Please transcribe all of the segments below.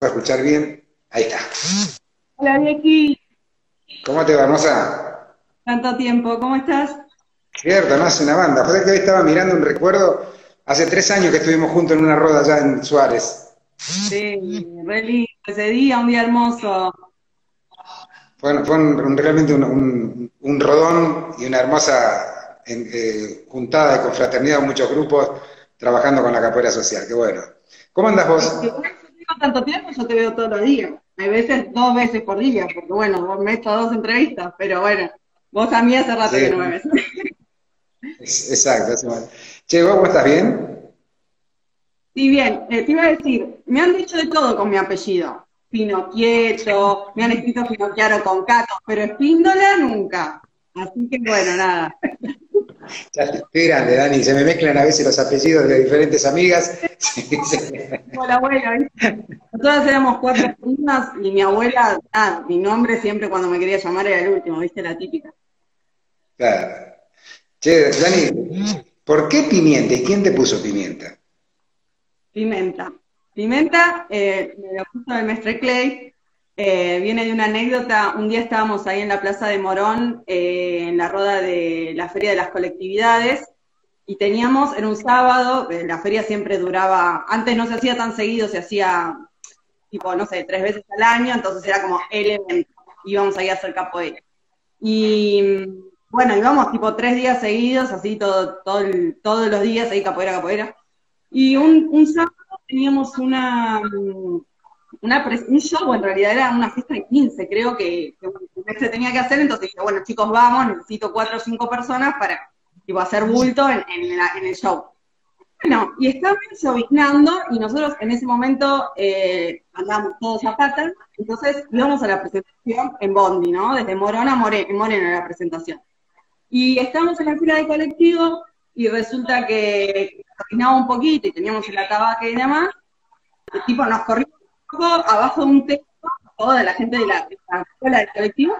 escuchar bien. Ahí está. Hola, Vicky. ¿Cómo te va, hermosa? Tanto tiempo, ¿cómo estás? Cierto, no hace una banda. Fue que hoy estaba mirando un recuerdo. Hace 3 años que estuvimos juntos en una roda allá en Suárez. Sí, re lindo ese día, un día hermoso. Fue realmente un rodón y una hermosa juntada de confraternidad, muchos grupos trabajando con la capoeira social. Qué bueno. ¿Cómo andas Sí, vos? igual yo tengo tanto tiempo, yo te veo todos los días. Hay veces 2 veces por día, porque bueno, vos me he hecho 2 entrevistas, pero bueno, vos a mí hace rato que no me Sí, ves. exacto. Che, ¿vos cómo estás bien? Sí, bien, te iba a decir, me han dicho de todo con mi apellido. Pinocchieto, me han escrito Pinocchiaro con Cato, pero Espíndola nunca. Así que bueno, nada. Ya estoy grande, Dani. Se me mezclan a veces los apellidos de diferentes amigas. Sí, sí. Como la abuela, ¿viste? Nosotros éramos 4 primas y mi abuela, nada, mi nombre siempre cuando me quería llamar era el último, ¿viste? La típica. Claro. Che, Dani, ¿por qué pimienta y quién te puso pimienta? Pimenta. Pimenta, me lo puso el Mestre Clay, viene de una anécdota. Un día estábamos ahí en la Plaza de Morón, en la roda de la Feria de las Colectividades, y teníamos, era un sábado, la feria siempre duraba, antes no se hacía tan seguido, se hacía tipo, no sé, 3 veces al año, entonces era como el evento, íbamos ahí a hacer capoeira. Y bueno, íbamos tipo 3 días seguidos, así todos los días ahí capoeira, capoeira. Y un sábado teníamos un show, en realidad era una fiesta de 15, creo que se tenía que hacer, entonces dije, bueno chicos, vamos, necesito 4 o 5 personas para tipo, hacer bulto en el show. Bueno, y estaban lloviznando y nosotros en ese momento andábamos todos a pata, entonces íbamos a la presentación en Bondi, ¿no? Desde Morón a Moreno a la presentación. Y estábamos en la fila de colectivo y resulta que lloviznaba un poquito y teníamos el atabaque y demás, el tipo nos corrió un poco abajo de un techo, toda la gente de la escuela del colectivo,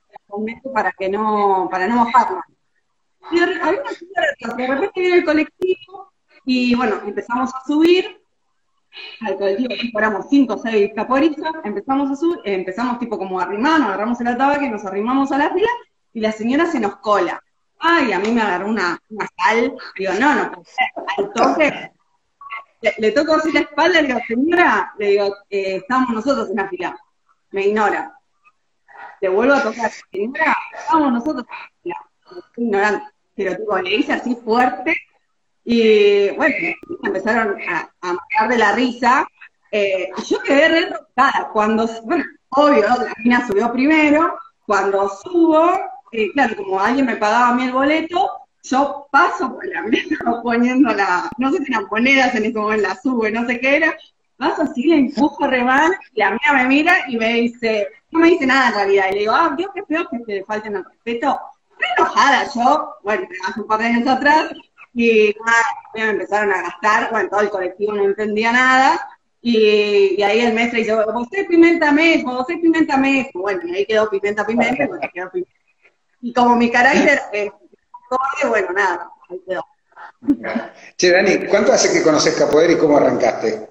para no mojarnos. Y había una señora, de repente viene el colectivo y bueno, empezamos a subir al colectivo, tipo éramos 5 o 6 caporistas, empezamos a subir, empezamos tipo como a arrimarnos, agarramos el ataque, nos arrimamos a la fila y la señora se nos cola. Ay, a mí me agarró una sal, digo, no puede ser, al toque, le toco así la espalda, le digo, señora, le digo, estamos nosotros en la fila, me ignora, le vuelvo a tocar, señora, estamos nosotros en la fila, estoy ignorante, pero tipo, le hice así fuerte. Y bueno, empezaron a matar de la risa. Y yo quedé re enroscada. Bueno, obvio, la mina subió primero. Cuando subo, claro, como alguien me pagaba a mí el boleto, yo paso, por la mina estaba poniendo no sé si eran monedas en ese momento, la sube, no sé qué era. Paso así, le empujo re mal, y la mina me mira y me dice, no me dice nada en realidad. Y le digo, Dios, qué feo que te falten el respeto. Re enojada yo, bueno, hace un par de años atrás, y nada, me empezaron a gastar, bueno, todo el colectivo no entendía nada, y ahí el maestro dice, vos pimenta mesmo, vos pimenta mesmo, bueno, y ahí quedó pimenta, pimenta, bueno, quedó pimenta. Y como mi carácter es corte, bueno, nada, ahí quedó. Che, Dani, ¿cuánto hace que conoces capoeira y cómo arrancaste?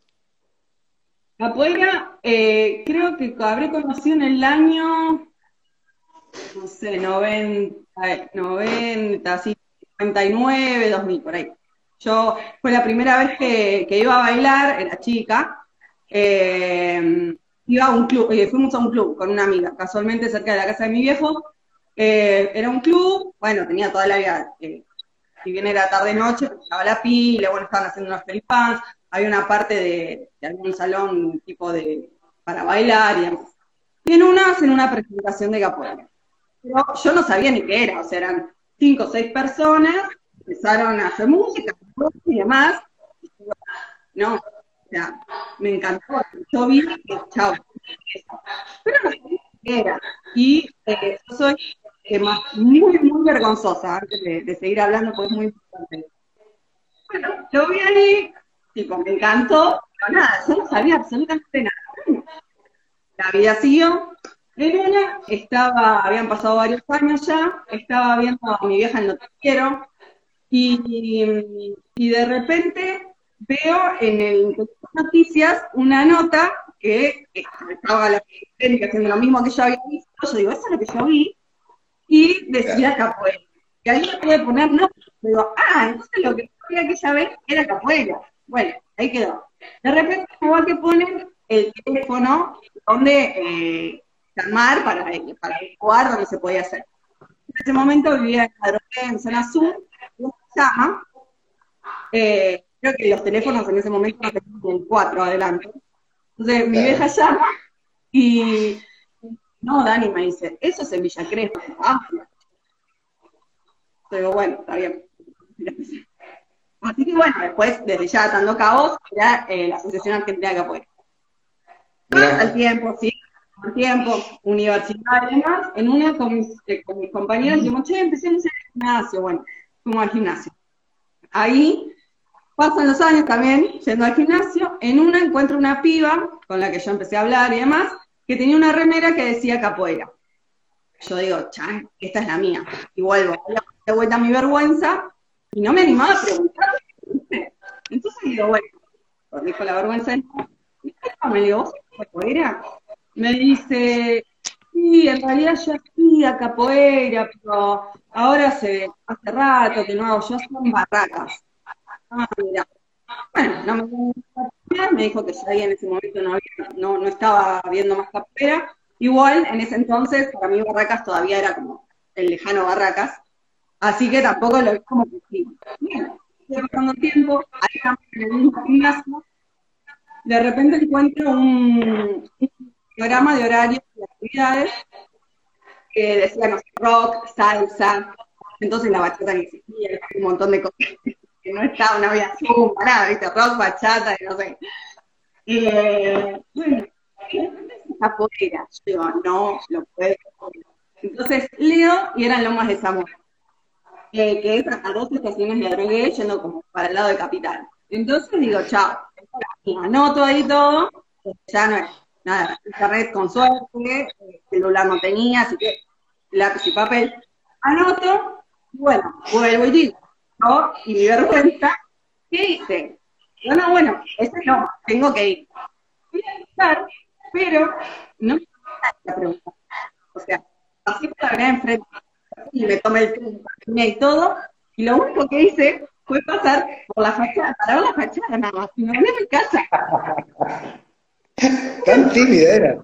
Capoeira, creo que habré conocido en el año, no sé, 90, sí, 99, 2000, por ahí. Fue la primera vez que iba a bailar, era chica, eh, iba a un club, fuimos a un club con una amiga, casualmente cerca de la casa de mi viejo, era un club, bueno, tenía toda la vida, si bien era tarde-noche, estaba la pila, bueno, estaban haciendo unos felipans, había una parte de algún salón tipo para bailar y demás. Y en una hacen una presentación de capoeira. Pero yo no sabía ni qué era, o sea, eran 5 o 6 personas, empezaron a hacer música y demás, no, o sea, me encantó, yo vi que chao, pero no sabía qué era, y yo soy muy vergonzosa, antes de seguir hablando, porque es muy importante. Bueno, lo vi ahí, tipo, me encantó, pero nada, yo no sabía absolutamente nada. La vida siguió. En una habían pasado varios años ya, estaba viendo a mi vieja en el noticiero y de repente veo en el noticias una nota que estaba la gente haciendo lo mismo que yo había visto, yo digo, eso es lo que yo vi, y decía capoeira. Y ahí me pude poner, no, digo, entonces lo que yo vi aquella vez era capoeira. Bueno, ahí quedó. De repente me va que ponen el teléfono donde llamar para jugar, donde se podía hacer. En ese momento vivía en Adrogué, en zona sur, y se llama, creo que los teléfonos en ese momento no tenían el 4 adelante. Entonces mi vieja llama y, no, Dani me dice, eso es en Villa Crespo. Pero bueno, está bien. Así que bueno, después, desde ya atando cabos, era la Asociación Argentina de Capoeira. Al tiempo, sí, al tiempo, universidad y demás, en una con mis compañeros dijimos, che, empecemos en el gimnasio. Bueno, fuimos al gimnasio. Ahí pasan los años también yendo al gimnasio, en una encuentro una piba con la que yo empecé a hablar y demás, que tenía una remera que decía capoeira. Yo digo, chan, esta es la mía. Y vuelvo, de vuelta a mi vergüenza, y no me animaba a preguntar. Entonces digo, bueno, por dijo la vergüenza, me digo, ¿vos sos capoeira? Me dice, sí, en realidad yo hacía capoeira, pero ahora hace rato que no hago, yo hacía en barracas. Mira. Bueno, no me dijo que ya en ese momento no estaba viendo más capoeira. Igual, en ese entonces, para mí Barracas todavía era como el lejano Barracas, así que tampoco lo vi como que sí. Bien, estoy pasando el tiempo, ahí estamos en el mismo gimnasio, de repente encuentro un programa de horarios y actividades que decía, no sé, rock, salsa, entonces la bachata ni existía, un montón de cosas que no estaba, no había zumba, nada, ¿viste? Rock, bachata, y no sé. Bueno, capoeira, yo digo, no, lo puedo. Entonces leo y eran Lomas de Zamora, que es a 2 estaciones de Adrogué, yendo como para el lado de Capital. Entonces digo, chao, anoto ahí todo, ya no es nada, internet con suerte, celular no tenía, así que lápiz y papel, anoto, y bueno, vuelvo y digo, ¿no? Y mi vergüenza, ¿qué hice? Bueno, ese no, tengo que ir. Voy a estar, pero no me la pregunta. O sea, así por la vereda enfrente, y me tomé el tren y todo, y lo único que hice fue pasar por la fachada, parar la fachada nada más, y me volví a mi casa. Tan tímida era.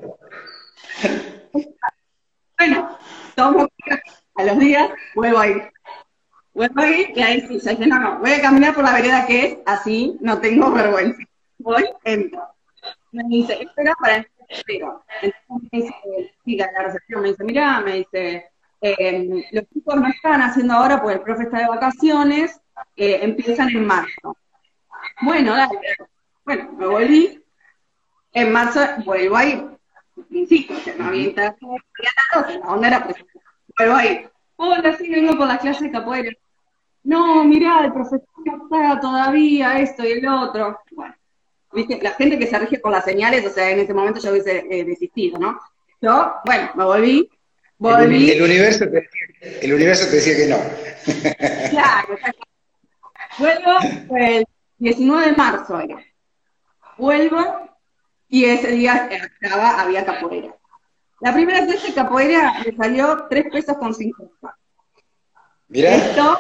Bueno, tomo a los días, vuelvo a ir. Vuelvo a ir, y ahí sí, ya dije, no, voy a caminar por la vereda que es, así no tengo vergüenza. Voy, entro. Me dice, espera para el espero. Entonces me dice, chica, la recepción me dice, mirá, me dice, los chicos no están haciendo ahora porque el profe está de vacaciones, empiezan en marzo. Bueno, dale. Bueno, me volví, en marzo vuelvo a ir. Insisto, no había internet, no había nada, la onda era presencial. Vuelvo a ir. Hola, sí, vengo por la clase de capoeira. No, mirá, el profesor no está todavía, esto y el otro. Bueno. ¿Viste? La gente que se rige por las señales, o sea, en ese momento yo hubiese desistido, ¿no? Yo, bueno, me volví. El universo te decía que no. Claro, vuelvo el 19 de marzo era. Vuelvo y ese día había capoeira. La primera clase de capoeira me salió 3 pesos con 50. Mirá,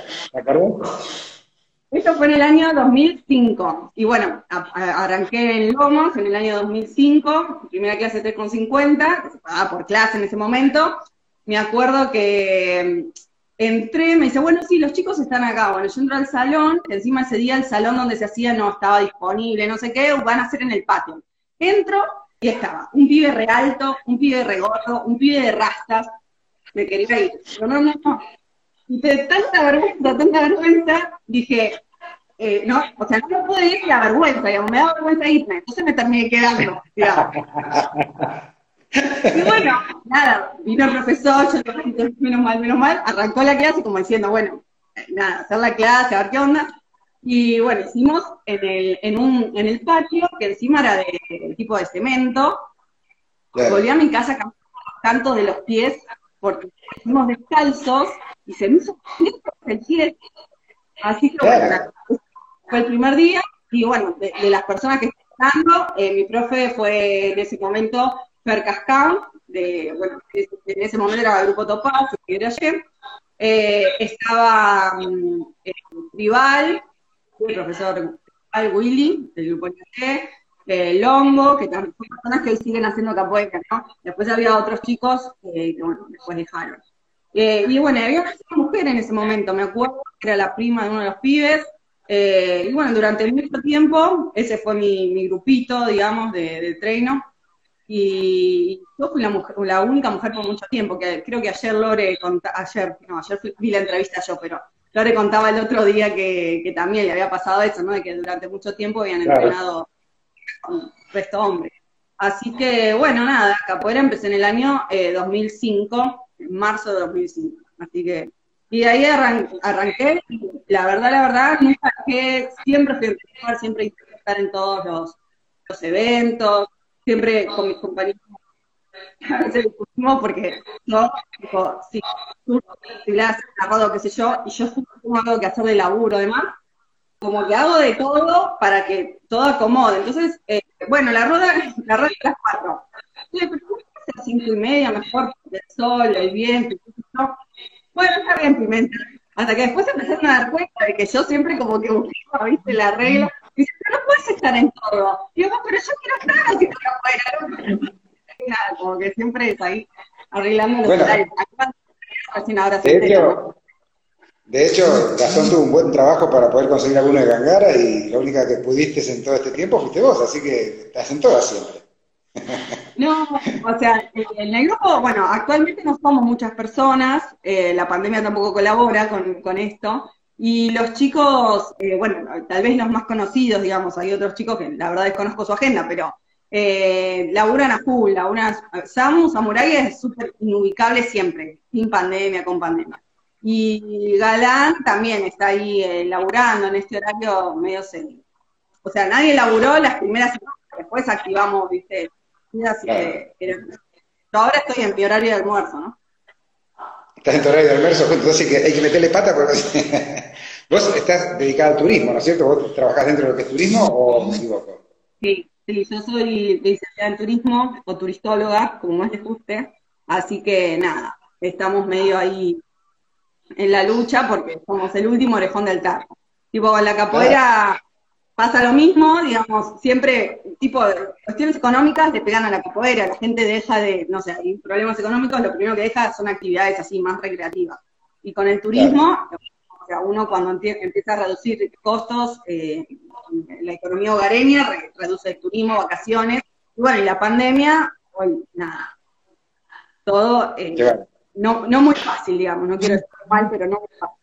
Esto fue en el año 2005, y bueno, arranqué en Lomas en el año 2005, primera clase 3,50, que se pagaba por clase en ese momento. Me acuerdo que entré, me dice, bueno, sí, los chicos están acá. Bueno, yo entro al salón, encima ese día el salón donde se hacía no estaba disponible, no sé qué, van a hacer en el patio. Entro y estaba un pibe re alto, un pibe re gordo, un pibe de rastas, me quería ir. Pero no. Y de tanta vergüenza, dije, no, o sea, no me pude ir la vergüenza, digamos, me da vergüenza irme, entonces me terminé quedando, digamos. Y bueno, nada, vino el profesor, yo dije, menos mal, arrancó la clase como diciendo, bueno, nada, hacer la clase, a ver qué onda. Y bueno, hicimos en el patio, que encima era del tipo de cemento. Claro. Volví a mi casa con cantos de los pies, porque fuimos descalzos, y se me hizo el pie. Así que bueno, fue el primer día, y bueno, de las personas que Mi profe fue en ese momento Fer Cascán, bueno, en ese momento era el grupo Topaz, que era ayer. Estaba Rival, el profesor Rival Willy, del grupo NC, Longo, que también son personas que hoy siguen haciendo capoeira, ¿no? Después había otros chicos que bueno, después dejaron. Y bueno, había una mujer en ese momento, me acuerdo, que era la prima de uno de los pibes, y bueno, durante mucho tiempo, ese fue mi grupito, digamos, de treino, y yo fui la única mujer por mucho tiempo, que creo que ayer ayer vi la entrevista yo, pero Lore contaba el otro día que también le había pasado eso, ¿no? De que durante mucho tiempo habían entrenado con resto hombres. Así que, bueno, nada, capoeira empecé en el año 2005, en marzo de 2005. Así que, y de ahí arranqué, y la verdad, nunca dejé, siempre fui a empezar, siempre intenté estar en todos los eventos, siempre con mis compañeros, a veces discutimos porque yo, tipo, si tú le haces narrado, qué sé yo, y yo tengo algo que hacer de laburo, además, como que hago de todo para que todo acomode. Entonces, bueno, la rueda es las 4. Sí, pero ¿cómo es a las 5:30? Mejor el sol, el viento, ¿no? Bueno, está bien, Pimenta. Hasta que después empezaron a dar cuenta de que yo siempre como que buscaba, viste, la regla. Y dice, pero no puedes estar en todo. Y yo, pero yo quiero estar haciendo afuera, ¿no? Nada, como que siempre es ahí arreglando los detalles. Recién ahora se entera, ¿no? De hecho, Gastón tuvo un buen trabajo para poder conseguir alguno de Gangara y la única que pudiste en todo este tiempo fuiste vos, así que estás en todas siempre. No, o sea, en el grupo, bueno, actualmente no somos muchas personas, la pandemia tampoco colabora con esto, y los chicos, bueno, tal vez los más conocidos, digamos, hay otros chicos que la verdad desconozco su agenda, pero laburan a full, Samurai es súper inubicable siempre, sin pandemia, con pandemia. Y Galán también está ahí laburando en este horario medio serio. O sea, nadie laburó las primeras semanas, después activamos, viste, así que yo ahora estoy en mi horario de almuerzo, ¿no? Estás en tu horario de almuerzo, entonces hay que meterle pata porque vos estás dedicado al turismo, ¿no es cierto? ¿Vos trabajás dentro de lo que es turismo o me equivoco? Sí, yo soy licenciada en turismo o turistóloga, como más les guste, así que nada, estamos medio ahí en la lucha porque somos el último orejón del tarro. Tipo, con la capoeira pasa lo mismo, digamos, siempre, tipo, cuestiones económicas le pegan a la capoeira, la gente deja de, no sé, hay problemas económicos, lo primero que deja son actividades así más recreativas. Y con el turismo, o sea, uno cuando empieza a reducir costos, la economía hogareña reduce el turismo, vacaciones, y bueno, y la pandemia, hoy nada, todo, no muy fácil, digamos, no quiero decir mal, pero no muy fácil.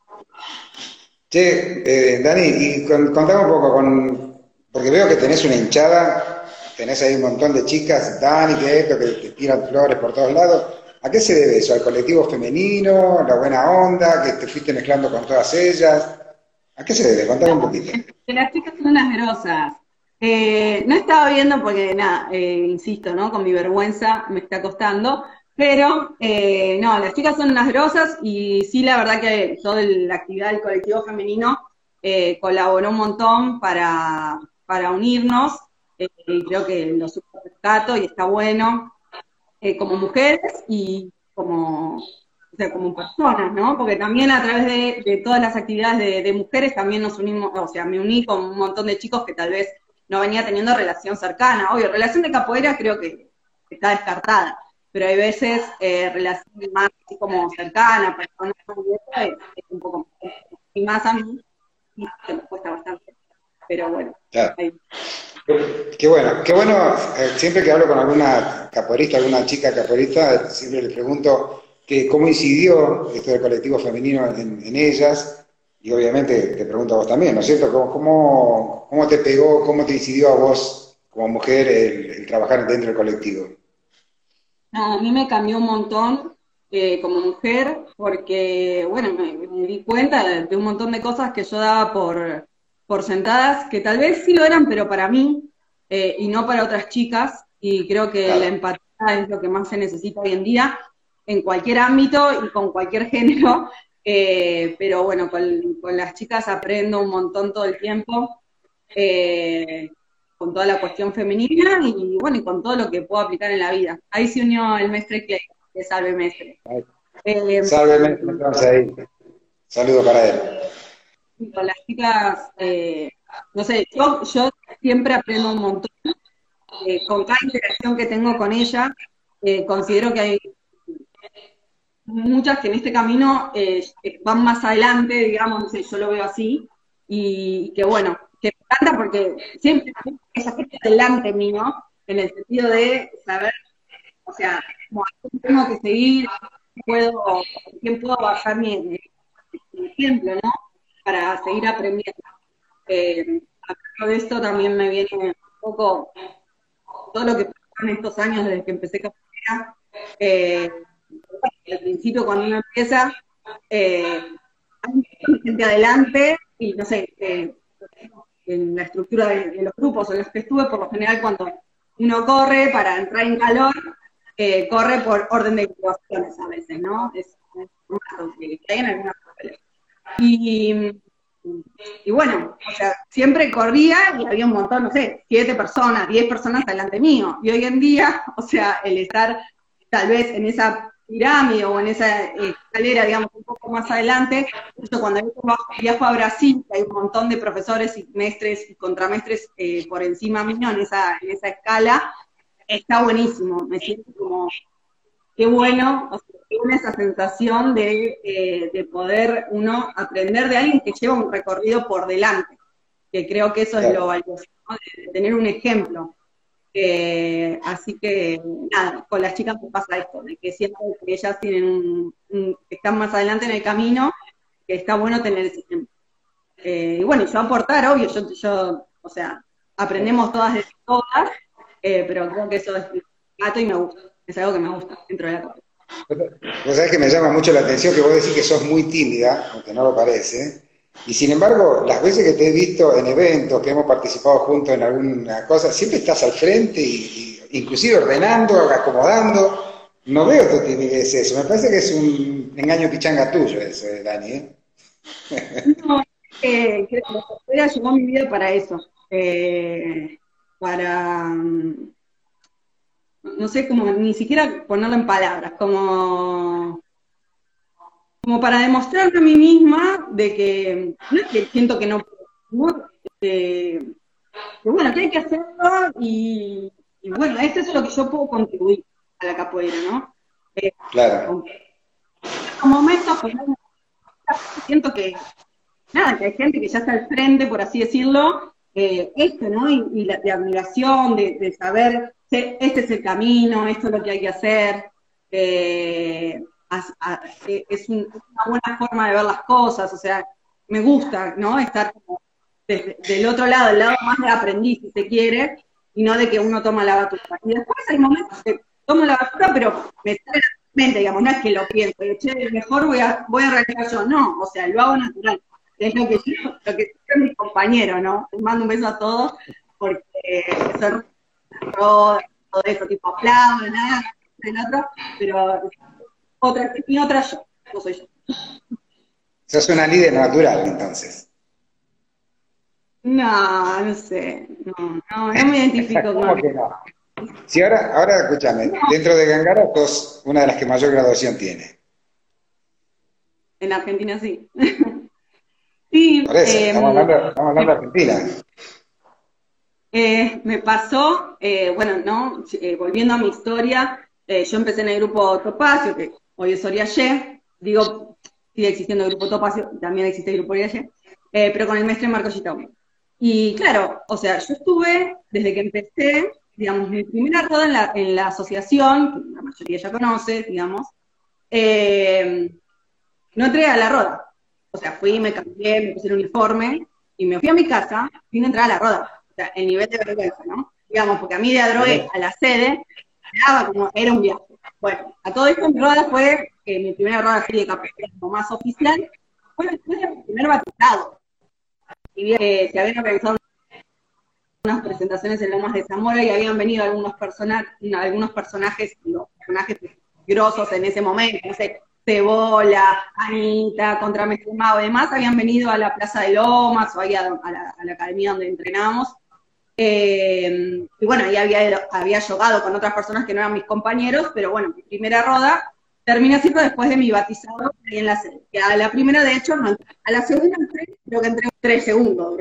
Che, Dani, y contame un poco, porque veo que tenés una hinchada, tenés ahí un montón de chicas, Dani, que te tiran flores por todos lados. ¿A qué se debe eso? ¿Al colectivo femenino? ¿La buena onda? ¿Que te fuiste mezclando con todas ellas? ¿A qué se debe? Contame un poquito. Que las chicas son unas grosas. No estaba viendo porque, nada, insisto, ¿no? Con mi vergüenza me está costando, pero no, las chicas son unas grosas y sí, la verdad que toda la actividad del colectivo femenino colaboró un montón para unirnos, y creo que lo super rescato y está bueno, como mujeres y como, o sea, como personas, ¿no? Porque también a través de todas las actividades de mujeres también nos unimos, o sea, me uní con un montón de chicos que tal vez no venía teniendo relación cercana. Obvio, relación de capoeira creo que está descartada, pero hay veces relación más así como cercana, personas es un poco más, y más a mí, y que me cuesta bastante, pero bueno. Claro. Qué bueno, siempre que hablo con alguna capoeirista, alguna chica capoeirista, siempre les pregunto que cómo incidió esto del colectivo femenino en ellas, y obviamente te pregunto a vos también, ¿no es cierto? ¿Cómo te pegó, cómo te incidió a vos como mujer el trabajar dentro del colectivo? No, a mí me cambió un montón como mujer, porque, bueno, me di cuenta de un montón de cosas que yo daba por sentadas, que tal vez sí lo eran, pero para mí, y no para otras chicas, y creo que la empatía es lo que más se necesita hoy en día, en cualquier ámbito y con cualquier género, pero bueno, con las chicas aprendo un montón todo el tiempo, con toda la cuestión femenina y bueno, y con todo lo que puedo aplicar en la vida. Ahí se unió el Mestre Clay, de Salve Mestre. Sálveme, entonces ahí. Saludo para él. Con las chicas, no sé, yo siempre aprendo un montón. Con cada interacción que tengo con ella, considero que hay muchas que en este camino van más adelante, digamos, no sé, yo lo veo así, y que bueno, que me encanta porque siempre hay esa gente delante mío, en el sentido de saber, o sea, como a quién tengo que seguir, quién puedo basar mi ejemplo, ¿no? Para seguir aprendiendo. A de esto también me viene un poco todo lo que pasó en estos años desde que empecé capoeira. Al principio cuando uno empieza, hay gente adelante y no sé, en la estructura de los grupos en los que estuve, por lo general cuando uno corre para entrar en calor, corre por orden de graduaciones a veces, ¿no? Es formato que hay en algunas escuelas. Y bueno, o sea, siempre corría y había un montón, no sé, 7 personas, 10 personas delante mío. Y hoy en día, o sea, el estar tal vez en esa pirámide o en esa escalera, digamos, un poco más adelante, yo cuando viajo a Brasil, hay un montón de profesores y mestres y contramestres por encima mío en esa escala, está buenísimo, me siento como, qué bueno, o sea, qué buena esa sensación de poder uno aprender de alguien que lleva un recorrido por delante, que creo que eso es lo valioso, ¿no? De tener un ejemplo. Así que, nada, con las chicas me pasa esto, de que siento que ellas tienen están más adelante en el camino, que está bueno tener ese ejemplo. Y bueno, yo aportar, obvio, yo o sea, aprendemos todas de todas, pero creo que eso es gato y me gusta, es algo que me gusta dentro de la cosa. Vos sabés que me llama mucho la atención que vos decís que sos muy tímida, aunque no lo parece, y sin embargo, las veces que te he visto en eventos, que hemos participado juntos en alguna cosa, siempre estás al frente y inclusive ordenando, acomodando. No veo tu timidez eso, me parece que es un engaño pichanga tuyo eso, Dani, ¿eh? No, creo que la capoeira llegó a mi vida para eso, para, no sé, como ni siquiera ponerlo en palabras, como para demostrarme a mí misma de que, no es que siento que no puedo, que bueno, que hay que hacerlo y bueno, esto es lo que yo puedo contribuir a la capoeira, ¿no? Claro. En momentos, pues, siento que, nada, que hay gente que ya está al frente, por así decirlo, esto, ¿no? Y la de admiración, de saber, este es el camino, esto es lo que hay que hacer, es una buena forma de ver las cosas, o sea, me gusta, ¿no? Estar como del otro lado, el lado más de aprendiz, si se quiere, y no de que uno toma la batuta. Y después hay momentos que tomo la batuta, pero me sale naturalmente, digamos, no es que lo pienso, che, mejor voy a realizar yo, no, o sea, lo hago natural. Es lo que es mi compañero, ¿no? Les mando un beso a todos, porque son todo eso, tipo aplausos, nada, el otro, pero mi otra yo, no soy yo. Sos una líder natural, entonces. No, no sé, no me identifico ¿Cómo con que no? Si ahora escúchame, no, dentro de Gangara sos una de las que mayor graduación tiene. en Argentina sí. Sí, Por eso, estamos hablando de Argentina. me pasó, bueno, ¿no? Volviendo a mi historia, yo empecé en el grupo Topacio, que hoy es Orialle, digo, sigue existiendo el grupo Topacio, también existe el grupo Orialle, pero con el maestro Marco Gitaumi. Y claro, o sea, yo estuve, desde que empecé, digamos, mi primera roda en la asociación, que la mayoría ya conoce, digamos, no entré a la roda. O sea, fui, me cambié, me puse el uniforme, y me fui a mi casa sin entrar a la roda. O sea, el nivel de vergüenza, ¿no? Digamos, porque a mí de Adrogué a la sede, me daba como, era un viaje. Bueno, a todo esto mi roda fue, mi primera roda así de capoeira como más oficial, fue después de mi primer batizado. Y vi que se habían organizado unas presentaciones en Lomas de Zamora y habían venido algunos personajes grosos en ese momento, no sé, Cebola, Anita, Contramestre Mago y demás, habían venido a la Plaza de Lomas o ahí a la academia donde entrenamos, Y bueno, ahí había jugado con otras personas que no eran mis compañeros, pero bueno, mi primera roda termina siendo después de mi batizado ahí en la sede. Que a la primera, de hecho, no entré. A la segunda entré, creo que entré 3 segundos.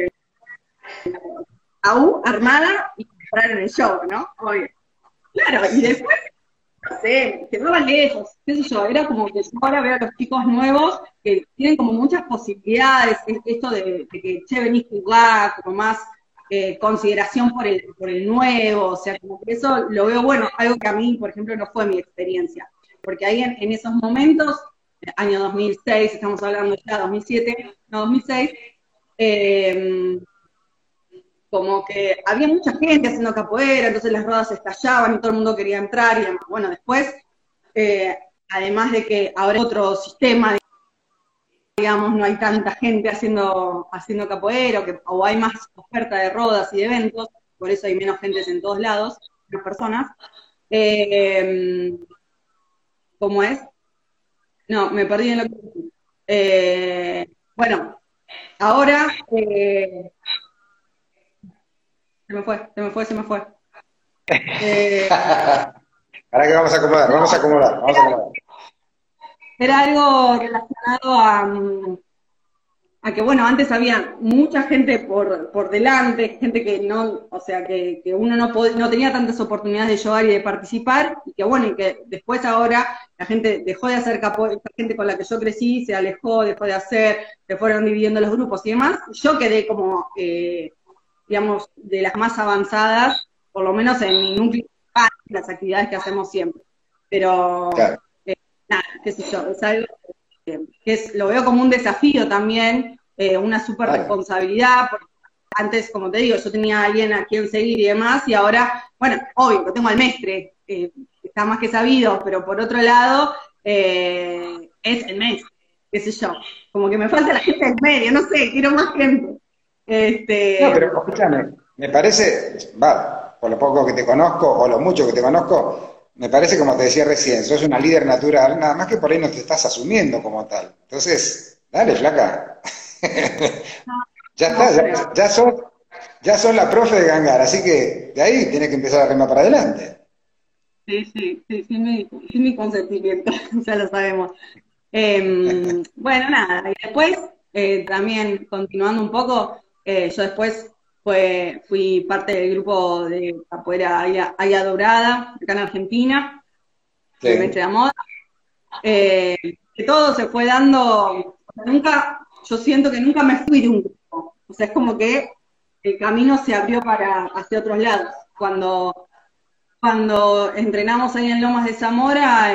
AU, armada, y compraron el show, ¿no? Obvio. Claro, y después, no sé, quedaba lejos, qué sé yo, era como que yo ahora veo a los chicos nuevos que tienen como muchas posibilidades, esto de que, che, venís a jugar, como más consideración por el nuevo, o sea, como que eso lo veo bueno, algo que a mí, por ejemplo, no fue mi experiencia, porque ahí en esos momentos, año 2006, estamos hablando ya 2007, no 2006, eh, como que había mucha gente haciendo capoeira, entonces las rodas estallaban y todo el mundo quería entrar y demás. Bueno, después, eh, además de que ahora otro sistema, digamos, no hay tanta gente haciendo capoeira, o hay más oferta de rodas y de eventos, por eso hay menos gente en todos lados, menos personas. Eh, ¿Cómo es? No, me perdí en lo que decía. Bueno, ahora se me fue. Eh, Ahora que vamos a acomodar, vamos a no, acomodar, vamos a acomodar. era algo relacionado a que, bueno, antes había mucha gente por delante, gente que no, o sea, que uno no tenía tantas oportunidades de llegar y de participar, y que, bueno, y que después ahora la gente dejó de hacer capoeira, la gente con la que yo crecí se alejó, dejó de hacer, se fueron dividiendo los grupos y demás. Yo quedé como, digamos, de las más avanzadas, por lo menos en mi núcleo, las actividades que hacemos siempre. Pero, Claro, nada, qué sé yo, es algo lo veo como un desafío también, una súper claro. responsabilidad, porque antes, como te digo, yo tenía a alguien a quien seguir y demás, y ahora, bueno, obvio, que tengo al mestre, está más que sabido, pero por otro lado, es el mestre, qué sé yo, como que me falta la gente del medio, no sé, quiero más gente. No, Este, pero escúchame, me parece, va, por lo poco que te conozco o lo mucho que te conozco, me parece como te decía recién, sos una líder natural, nada más que por ahí no te estás asumiendo como tal. Entonces, dale, flaca. Ya está, no, pero ya sos la profe de Gangar, así que de ahí tienes que empezar a remar para adelante. sí, sí, sí, sí, mi consentimiento, ya lo sabemos. Bueno, nada, y después, también continuando un poco, yo después fui parte del grupo de capoeira Aya Dorada, acá en Argentina, de Mestre Sí, de Moda, eh, que todo se fue dando, o sea, yo siento que nunca me fui de un grupo, o sea, es como que el camino se abrió hacia otros lados. Cuando entrenamos ahí en Lomas de Zamora,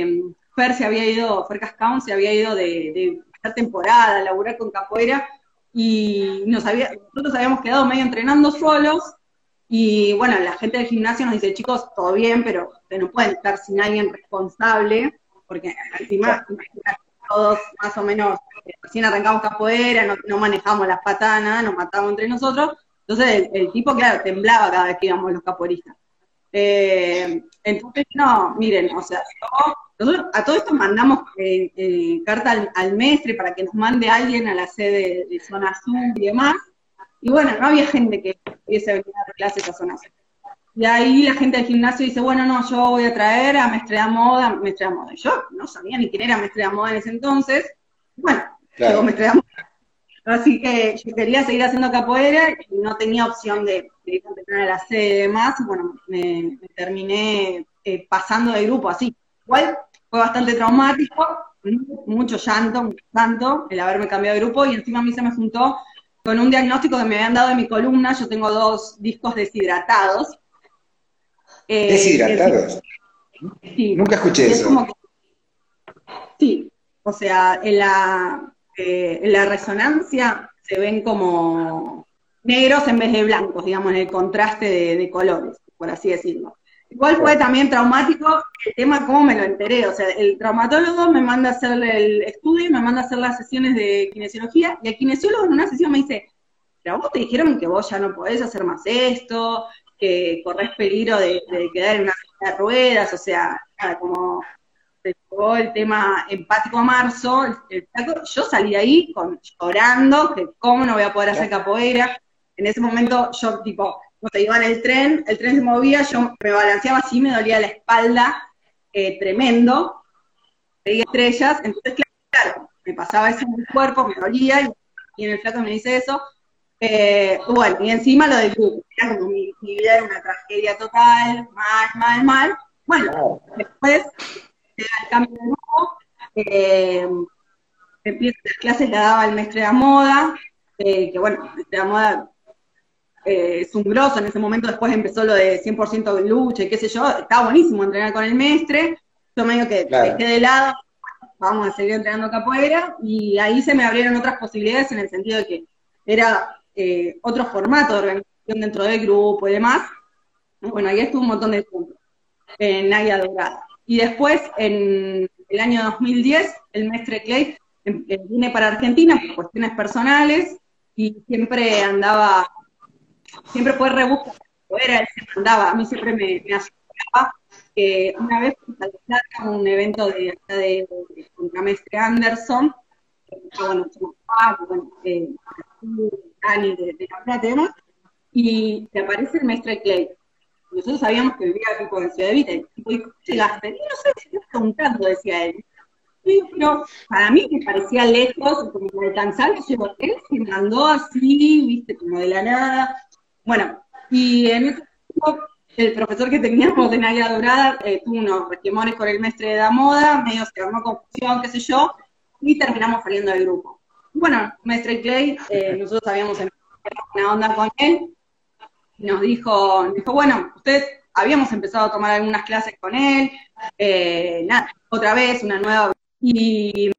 Fer Cascón se había ido de hacer temporada, a laburar con capoeira, y nosotros habíamos quedado medio entrenando solos, y bueno, la gente del gimnasio nos dice, chicos, todo bien, pero ustedes no pueden estar sin alguien responsable, porque encima, claro, imagínate, todos más o menos, recién arrancamos capoeira, no manejamos las patanas, nos matamos entre nosotros, entonces el tipo, claro, temblaba cada vez que íbamos los capoeiristas. Entonces, no, miren, o sea, nosotros a todo esto mandamos carta al mestre para que nos mande alguien a la sede de Zona Sur y demás, y bueno, no había gente que pudiese venir a dar clases a Zona Sur. Y ahí la gente del gimnasio dice, bueno, no, yo voy a traer a Mestre de Moda, Mestre de Moda. Y yo no sabía ni quién era Mestre de Moda en ese entonces. Bueno, llegó claro. Mestre de Moda. Así que yo quería seguir haciendo capoeira y no tenía opción de ir a entrenar a la sede y demás. Y bueno, me terminé pasando de grupo así. Igual fue bastante traumático, mucho llanto, el haberme cambiado de grupo, y encima a mí se me juntó con un diagnóstico que me habían dado de mi columna. Yo tengo 2 discos deshidratados. Encima, Deshidratados. sí, Nunca escuché y es eso. como que sí, o sea, en la resonancia se ven como negros en vez de blancos, digamos, en el contraste de colores, por así decirlo. Igual fue Claro, también traumático el tema cómo me lo enteré, o sea, el traumatólogo me manda a hacer el estudio, me manda a hacer las sesiones de kinesiología, y el kinesiólogo en una sesión me dice, pero a vos te dijeron que vos ya no podés hacer más esto, que corres peligro de quedar en una silla de ruedas, o sea, nada, como se llegó el tema empático a marzo, yo salí de ahí llorando, que cómo no voy a poder hacer claro, capoeira. En ese momento yo tipo no sé, iba en el tren se movía, yo me balanceaba así, me dolía la espalda, tremendo, veía estrellas, entonces claro, me pasaba eso en el cuerpo, me dolía, y en el flaco me dice eso, bueno, y encima lo del grupo, era como mi vida era una tragedia total, mal, bueno, después se da el cambio de nuevo, empiezo las clases, la daba el maestre de moda, que bueno, el maestre de moda es un grosso, en ese momento después empezó lo de 100% de lucha y qué sé yo, estaba buenísimo entrenar con el maestre, yo medio que dejé de lado, vamos a seguir entrenando capoeira, y ahí se me abrieron otras posibilidades en el sentido de que era otro formato de organización dentro del grupo y demás. Bueno, ahí estuve un montón de tiempo, en Águila Dorada. Y después, en el año 2010, el maestre Clay vine para Argentina por cuestiones personales, y siempre fue rebusca, él se mandaba, a mí siempre me asustaba. Una vez a un evento de contramestre Anderson, bueno, Dani de La Plata y demás, y te aparece el maestre Clay. Nosotros sabíamos que vivía tipo en Ciudad de Vita, y dijo, llegaste, y no sé si estás preguntando, decía él. Y, pero para mí me parecía lejos, como inalcanzable, yo él se mandó así, viste, como de la nada. Bueno, y en ese tiempo, el profesor que teníamos en Águila Dorada tuvo unos resquemores con el maestre de la moda, medio se armó confusión, qué sé yo, y terminamos saliendo del grupo. Bueno, maestre Clay, nosotros habíamos empezado una onda con él, y nos dijo, bueno, ustedes habíamos empezado a tomar algunas clases con él, nada, otra vez, una nueva, y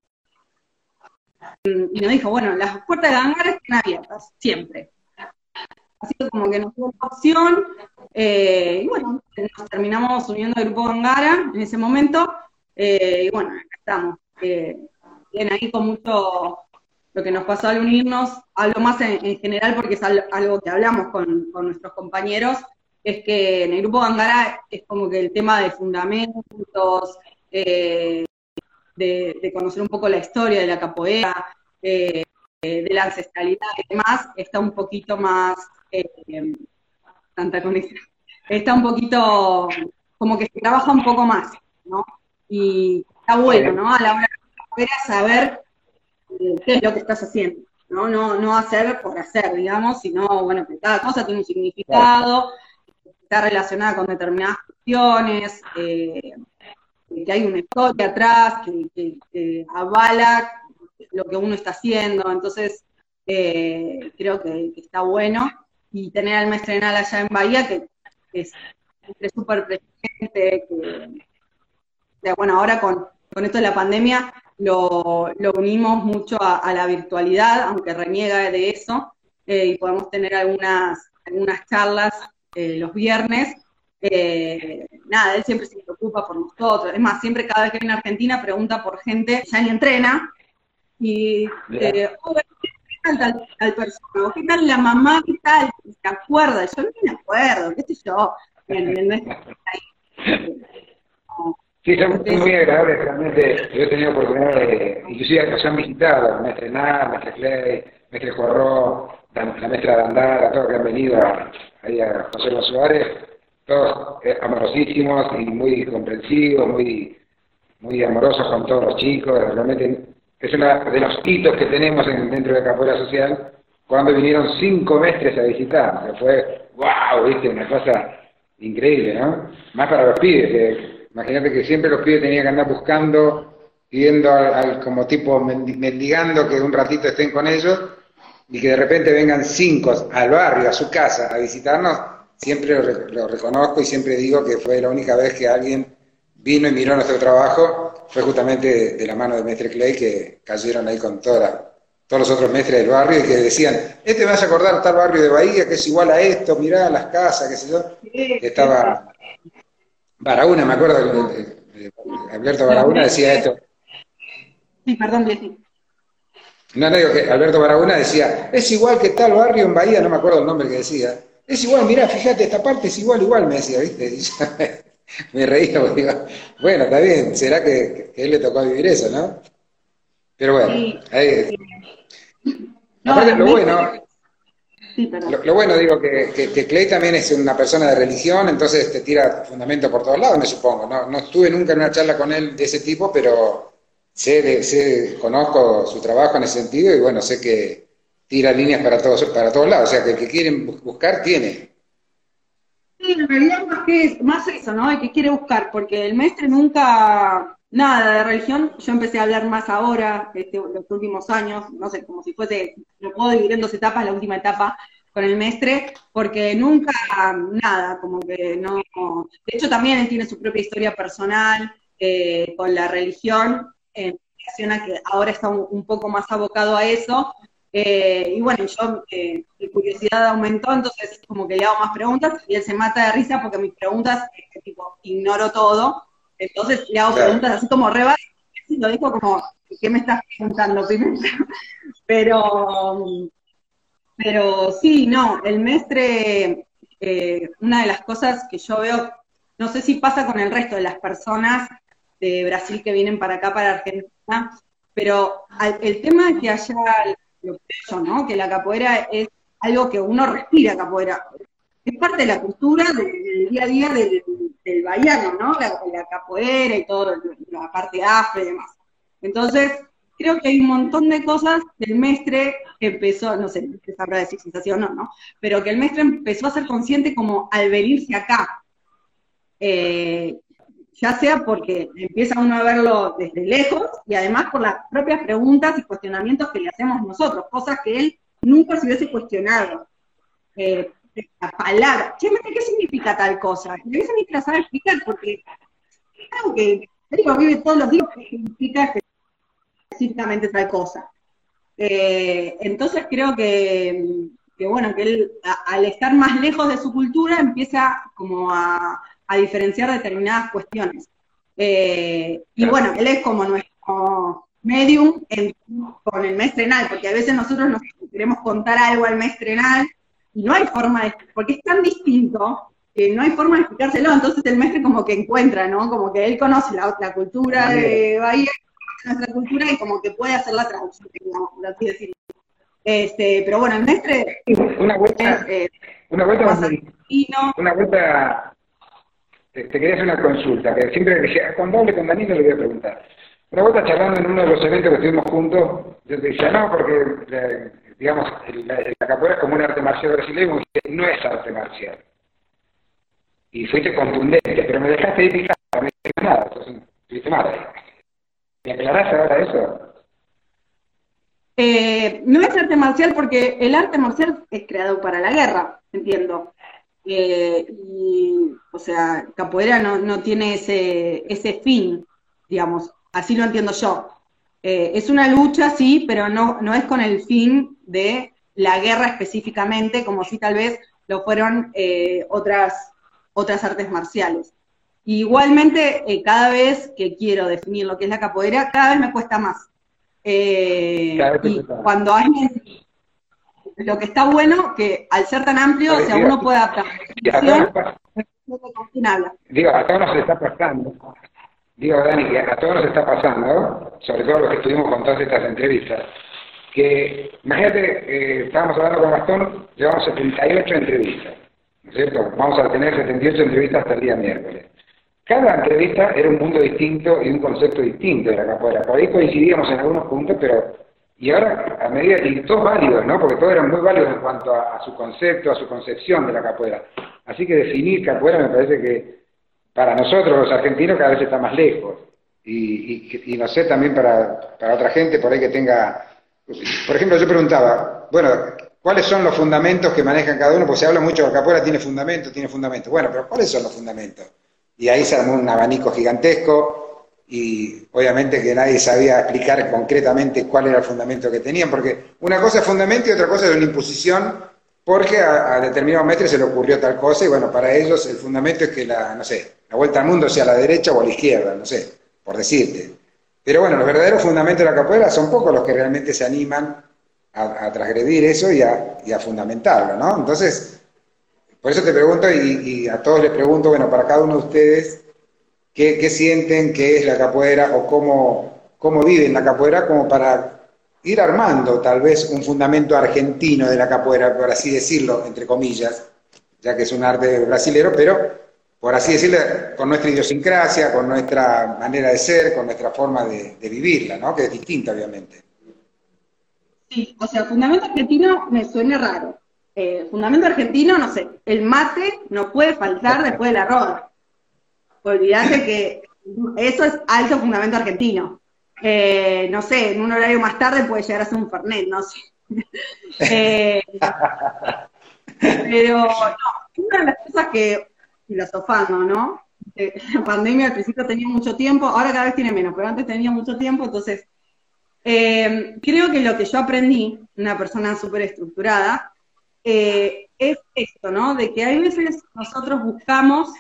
nos dijo, bueno, las puertas de Angara están abiertas, siempre. Así que como que nos dio la opción, y bueno, nos terminamos uniendo al grupo Angara en ese momento, y bueno, acá estamos. Bien, ahí con mucho lo que nos pasó al unirnos, hablo más en general porque es algo que hablamos con nuestros compañeros, es que en el grupo Angara es como que el tema de fundamentos, de conocer un poco la historia de la capoeira, de la ancestralidad y demás, está un poquito más, tanta conexión, está un poquito, como que se trabaja un poco más, ¿no? Y está bueno, ¿no? A la hora de capoeira saber qué es lo que estás haciendo, ¿no? No hacer por hacer, digamos, sino, bueno, que cada cosa tiene un significado, está relacionada con determinadas cuestiones, que hay una historia atrás que avala lo que uno está haciendo, entonces creo que está bueno, y tener al maestro Enal allá en Bahía, que es súper presente, bueno, ahora con esto de la pandemia lo unimos mucho a la virtualidad, aunque reniega de eso, y podemos tener algunas charlas los viernes. Nada, él siempre se preocupa por nosotros, es más, siempre cada vez que viene a Argentina pregunta por gente, ya ni entrena, y ¿qué tal persona? ¿O qué tal la mamá? ¿Qué tal? ¿Se acuerda? Yo no me acuerdo, qué sé yo, Sí, son muy agradables realmente. Yo he tenido oportunidad de, inclusive nos han visitado, maestre Nar, maestre Clay, maestre Juarró, la maestra Dandara, todos que han venido ahí a José Los Suárez, todos amorosísimos y muy comprensivos, muy amorosos con todos los chicos. Realmente es uno de los hitos que tenemos dentro de Capoeira Social, cuando vinieron 5 maestres a visitar, que fue, wow, viste, una cosa increíble, ¿no? Más para los pibes, que imagínate que siempre los pibes tenían que andar buscando, pidiendo como tipo mendigando que un ratito estén con ellos, y que de repente vengan 5 al barrio, a su casa, a visitarnos. Siempre lo reconozco y siempre digo que fue la única vez que alguien vino y miró nuestro trabajo, fue justamente de la mano del maestre Clay, que cayeron ahí con todos los otros maestres del barrio y que decían, me vas a acordar tal barrio de Bahía que es igual a esto, mirá las casas, qué sé yo. Estaba Barahona, me acuerdo, Alberto Barahona decía esto. Sí, perdón, Betty. No, digo que Alberto Barahona decía, es igual que tal barrio en Bahía, no me acuerdo el nombre que decía. Es igual, mirá, fíjate, esta parte es igual, me decía, ¿viste? Y yo me reía porque digo, bueno, está bien, será que a él le tocó vivir eso, ¿no? Pero bueno, Sí. ahí, No, aparte lo bueno, Sí, perdón. Lo bueno, digo, que Clay también es una persona de religión, entonces te tira fundamento por todos lados, me supongo. No estuve nunca en una charla con él de ese tipo, pero conozco su trabajo en ese sentido y bueno, sé que tira líneas para todos lados. O sea, que el que quieren buscar tiene. Sí, en realidad más eso, ¿no? El que quiere buscar, porque el maestre nunca, nada de religión, yo empecé a hablar más ahora, los últimos años, no sé, como si fuese, lo puedo dividir en dos etapas, la última etapa con el maestre, porque nunca, nada, como que no, de hecho también él tiene su propia historia personal con la religión, en relación a que ahora está un poco más abocado a eso, y bueno, yo, mi curiosidad aumentó, entonces como que le hago más preguntas y él se mata de risa porque mis preguntas, tipo, ignoro todo, entonces le hago Claro. preguntas así como reba, y lo dijo como, ¿qué me estás preguntando primero? Pero, pero sí, no, el mestre, una de las cosas que yo veo, no sé si pasa con el resto de las personas de Brasil que vienen para acá, para Argentina, pero el tema es que allá, lo que yo, ¿no? Que la capoeira es algo que uno respira capoeira. Es parte de la cultura del día a día del bahiano, ¿no? La capoeira y todo, la parte afro y demás. Entonces, creo que hay un montón de cosas que el mestre empezó, no sé, qué sabrá decir si es así o no, ¿no? Pero que el mestre empezó a ser consciente como al venirse acá. Eh, ya sea porque empieza uno a verlo desde lejos y además por las propias preguntas y cuestionamientos que le hacemos nosotros, cosas que él nunca se hubiese cuestionado. La palabra, che, ¿qué significa tal cosa? Y a veces ni te la sabe explicar porque es algo que él vive todos los días, que significa específicamente tal cosa. Entonces creo que bueno, que él al estar más lejos de su cultura empieza como a diferenciar determinadas cuestiones. Y bueno, él es como nuestro medium con el mes trenal, porque a veces nosotros nos queremos contar algo al mes trenal y no hay forma de, porque es tan distinto que no hay forma de explicárselo, entonces el mestre como que encuentra, ¿no? Como que él conoce la cultura de Bahía, nuestra cultura y como que puede hacer la traducción, digamos, por así decirlo. Pero bueno, el mestre Una vuelta, es una vuelta, más argentino. una vuelta, te quería hacer una consulta, que siempre decía, cuando hable con Danilo le voy a preguntar. Una vuelta charlando en uno de los eventos que estuvimos juntos, yo te decía, no, porque, digamos, la capoeira es como un arte marcial brasileño, y dije, no es arte marcial. Y fuiste contundente, pero me dejaste ahí picado, no me dijiste nada, entonces, fuiste mal ahí. ¿Me aclarás ahora eso? No es arte marcial porque el arte marcial es creado para la guerra, entiendo. Y, o sea, capoeira no tiene ese fin, digamos, así lo entiendo yo. Es una lucha, sí, pero no es con el fin de la guerra específicamente, como si tal vez lo fueron otras artes marciales. Igualmente, cada vez que quiero definir lo que es la capoeira, cada vez me cuesta más. Cada vez te Y cuesta. cuando hay lo que está bueno, que al ser tan amplio, o sea, Digo, uno puede adaptar la a todos definición con quién habla. digo, a todos nos está pasando. Digo, Dani, que a todos nos está pasando, sobre todo los que estuvimos con todas estas entrevistas, que, imagínate, estábamos hablando con Gastón, llevamos 78 entrevistas, ¿no es cierto? Vamos a tener 78 entrevistas hasta el día miércoles. Cada entrevista era un mundo distinto y un concepto distinto de la capoeira. Por ahí coincidíamos en algunos puntos, pero... Y ahora, a medida... Y todos válidos, ¿no? Porque todos eran muy válidos en cuanto a su concepto, a su concepción de la capoeira. Así que definir capoeira me parece que para nosotros los argentinos cada vez está más lejos. Y no sé, también para otra gente por ahí que tenga... Por ejemplo, yo preguntaba, bueno, ¿cuáles son los fundamentos que manejan cada uno? Pues se habla mucho que la capoeira tiene fundamentos. Bueno, pero ¿cuáles son los fundamentos? Y ahí se armó un abanico gigantesco y obviamente que nadie sabía explicar concretamente cuál era el fundamento que tenían, porque una cosa es fundamento y otra cosa es una imposición, porque a determinados maestros se le ocurrió tal cosa y bueno, para ellos el fundamento es que no sé, la vuelta al mundo sea a la derecha o a la izquierda, no sé, por decirte. Pero bueno, los verdaderos fundamentos de la capoeira son pocos los que realmente se animan a transgredir eso y a fundamentarlo, ¿no? Entonces... Por eso te pregunto y a todos les pregunto, bueno, para cada uno de ustedes, ¿qué sienten que es la capoeira o cómo viven la capoeira como para ir armando tal vez un fundamento argentino de la capoeira, por así decirlo, entre comillas, ya que es un arte brasilero, pero por así decirlo, con nuestra idiosincrasia, con nuestra manera de ser, con nuestra forma de vivirla, ¿no? Que es distinta, obviamente. Sí, o sea, fundamento argentino me suena raro. Fundamento argentino, no sé, el mate no puede faltar después de la roda. Olvídate que eso es alto fundamento argentino. No sé, en un horario más tarde puede llegar a ser un fernet, no sé. Eh, pero no, una de las cosas que, filosofando, ¿no? La pandemia al principio tenía mucho tiempo, ahora cada vez tiene menos, pero antes tenía mucho tiempo, entonces creo que lo que yo aprendí, una persona súper estructurada, es esto, ¿no? De que hay veces nosotros buscamos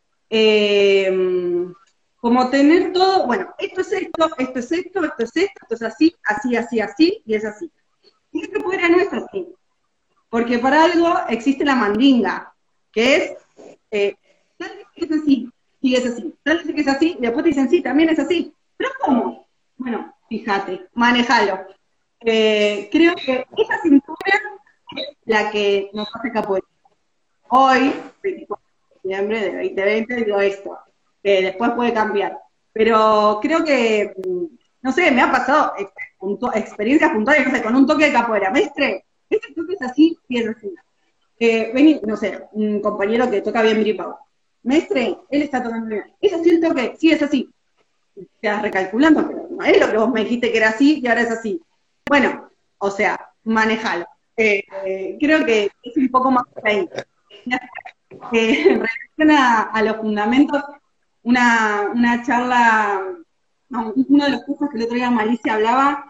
como tener todo, bueno, esto es esto, esto es esto, esto es esto, esto es así, así, así, así, y es así. Y esto fuera no es así, porque para algo existe la mandinga, que es, tal vez es así, sí es así, tal vez que es así, y después te dicen, sí, también es así. ¿Pero cómo? Bueno, fíjate, manejalo. Creo que esa cintura es la que nos hace capoeira. Hoy, 24 de septiembre de 2020, digo esto. Después puede cambiar. Pero creo que, no sé, me ha pasado experiencias puntuales, no sé, con un toque de capoeira. Mestre, este toque es así y es así. Vení, no sé, un compañero que toca bien Biripau. Mestre, él está tocando bien. ¿Es así el toque? Sí, es así. Quedas recalculando, pero no es lo que vos me dijiste que era así y ahora es así. Bueno, o sea, manejalo. Creo que es un poco más por ahí. En relación a los fundamentos, una charla, no, uno de los cursos que el otro día Malicia hablaba,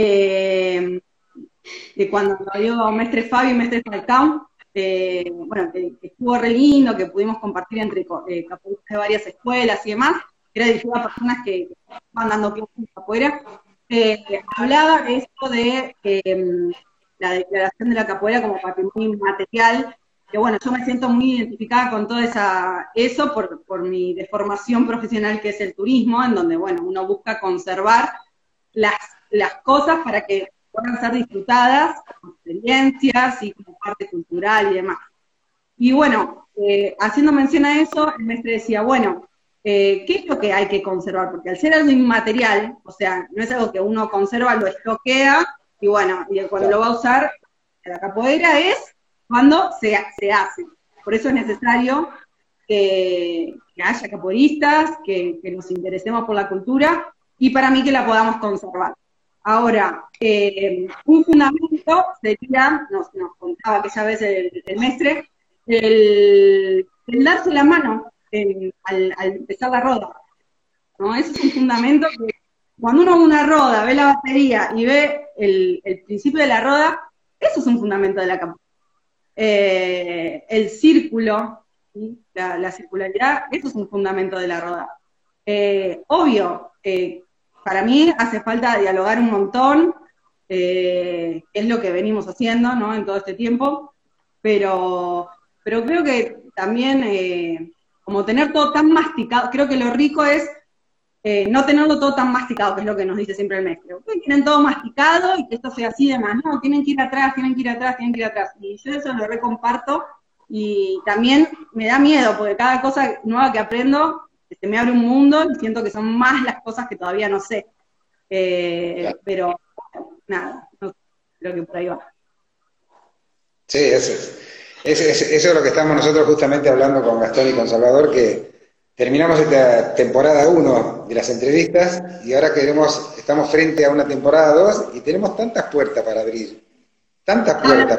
de cuando salió Mestre Fabio y Mestre Falcao, bueno, que estuvo re lindo, que pudimos compartir entre capoeiristas de varias escuelas y demás, era dirigido a personas que estaban dando clases afuera, hablaba de esto de la declaración de la capoeira como patrimonio inmaterial, que bueno, yo me siento muy identificada con todo eso por mi deformación profesional que es el turismo, en donde, bueno, uno busca conservar las cosas para que puedan ser disfrutadas como experiencias y como parte cultural y demás. Y bueno, haciendo mención a eso, el maestro decía, bueno, ¿qué es lo que hay que conservar? Porque al ser algo inmaterial, o sea, no es algo que uno conserva, lo estoquea, y bueno, y cuando lo va a usar, la capoeira es cuando se hace. Por eso es necesario que haya capoeiristas, que nos interesemos por la cultura, y para mí que la podamos conservar. Ahora, un fundamento sería, nos contaba aquella vez el mestre, el darse la mano al empezar la roda, ¿no? Eso es un fundamento que cuando uno ve una roda, ve la batería y ve el principio de la roda, eso es un fundamento de la capoeira. El círculo, ¿sí? La circularidad, eso es un fundamento de la roda. Obvio, para mí hace falta dialogar un montón, es lo que venimos haciendo, ¿no? En todo este tiempo, pero creo que también, como tener todo tan masticado, creo que lo rico es no tenerlo todo tan masticado, que es lo que nos dice siempre el maestro. Ustedes tienen todo masticado y que esto sea así de más. No, tienen que ir atrás, tienen que ir atrás, tienen que ir atrás. Y yo eso lo recomparto y también me da miedo, porque cada cosa nueva que aprendo se me abre un mundo y siento que son más las cosas que todavía no sé. Pero nada, no sé, creo que por ahí va. Sí, eso es lo que estamos nosotros justamente hablando con Gastón y con Salvador, que terminamos esta temporada 1 de las entrevistas y ahora estamos frente a una temporada 2 y tenemos tantas puertas para abrir, tantas puertas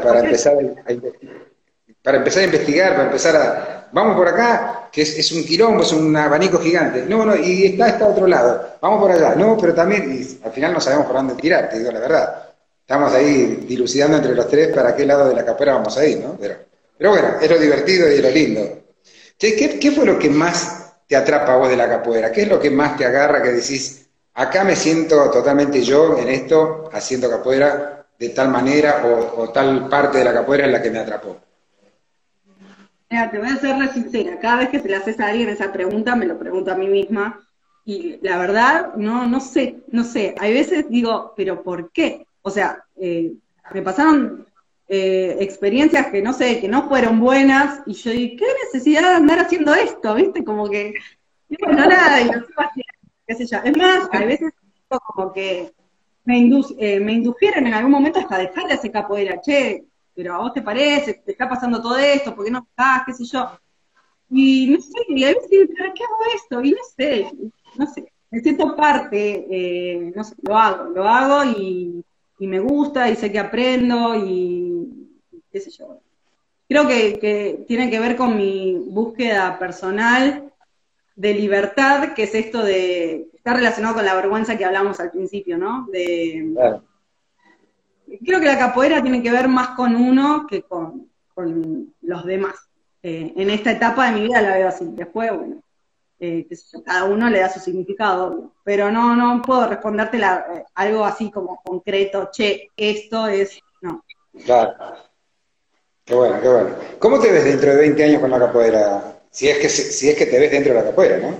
para empezar a investigar, para empezar vamos por acá, que es un quilombo, es un abanico gigante, no, y está otro lado, vamos por allá, no, pero también, y al final no sabemos por dónde tirar, te digo la verdad. Estamos ahí dilucidando entre los tres para qué lado de la capoeira vamos a ir, ¿no? Pero bueno, es lo divertido y es lo lindo. Che, ¿qué fue lo que más te atrapa a vos de la capoeira? ¿Qué es lo que más te agarra que decís, acá me siento totalmente yo en esto, haciendo capoeira de tal manera o tal parte de la capoeira en la que me atrapó? Mira, te voy a ser re sincera, cada vez que se le haces a alguien esa pregunta, me lo pregunto a mí misma, y la verdad, no sé, hay veces digo, pero ¿por qué? O sea, me pasaron experiencias que no sé, que no fueron buenas, y yo dije, ¿qué necesidad de andar haciendo esto? ¿Viste? Como que, y bueno, nada, y lo sigo haciendo, qué sé yo. Es más, a veces como que me indujeron en algún momento hasta dejar de hacer capoeira, che, pero a vos te parece, te está pasando todo esto, ¿por qué no estás, qué sé yo? Y no sé, y a veces digo, ¿para qué hago esto? Y no sé, me siento parte, no sé, lo hago y me gusta y sé que aprendo y qué sé yo. Creo que tiene que ver con mi búsqueda personal de libertad, que es esto de, está relacionado con la vergüenza que hablamos al principio, ¿no? Claro. Creo que la capoeira tiene que ver más con uno que con los demás. En esta etapa de mi vida la veo así. Después, bueno, qué sé yo, cada uno le da su significado, pero no puedo responderte algo así como concreto, che, esto es, no. Claro. Qué bueno, qué bueno. ¿Cómo te ves dentro de 20 años con la capoeira? Si es que te ves dentro de la capoeira, ¿no?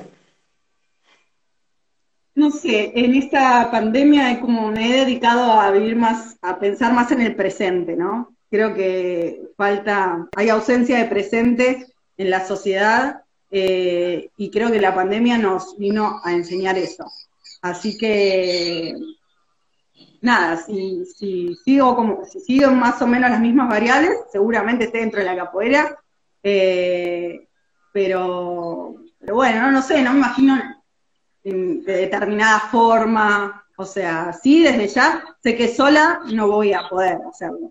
No sé, en esta pandemia como me he dedicado a vivir más, a pensar más en el presente, ¿no? Creo que hay ausencia de presente en la sociedad, y creo que la pandemia nos vino a enseñar eso. Así que, nada, si sigo más o menos las mismas variables, seguramente esté dentro de la capoeira, eh, pero bueno, no sé, no me imagino de determinada forma, o sea, sí, desde ya sé que sola no voy a poder hacerlo.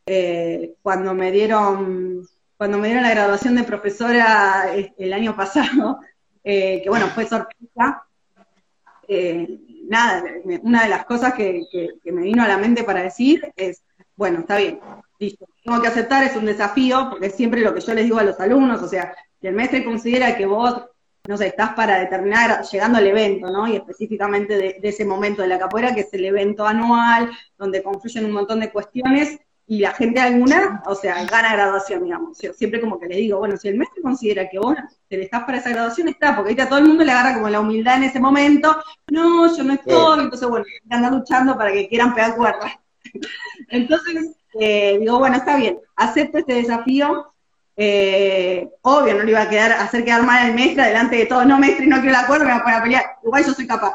Cuando me dieron la graduación de profesora el año pasado, que bueno, fue sorpresa, nada, una de las cosas que me vino a la mente para decir es, bueno, está bien, listo, tengo que aceptar, es un desafío, porque es siempre lo que yo les digo a los alumnos, o sea, si el maestro considera que vos, no sé, estás para determinar, llegando al evento, ¿no? Y específicamente de ese momento de la capoeira, que es el evento anual, donde confluyen un montón de cuestiones, y la gente alguna, o sea, gana graduación, digamos. Yo siempre como que les digo, bueno, si el maestro considera que vos estás para esa graduación, está, porque ahorita todo el mundo le agarra como la humildad en ese momento, no, yo no estoy, entonces bueno, andan luchando para que quieran pegar cuerdas. Entonces, digo, bueno, está bien, acepto este desafío. Obvio, no le iba a hacer quedar mal al maestro delante de todos, no maestro, y no quiero la cuerda, me voy a poner a pelear. Igual yo soy capaz,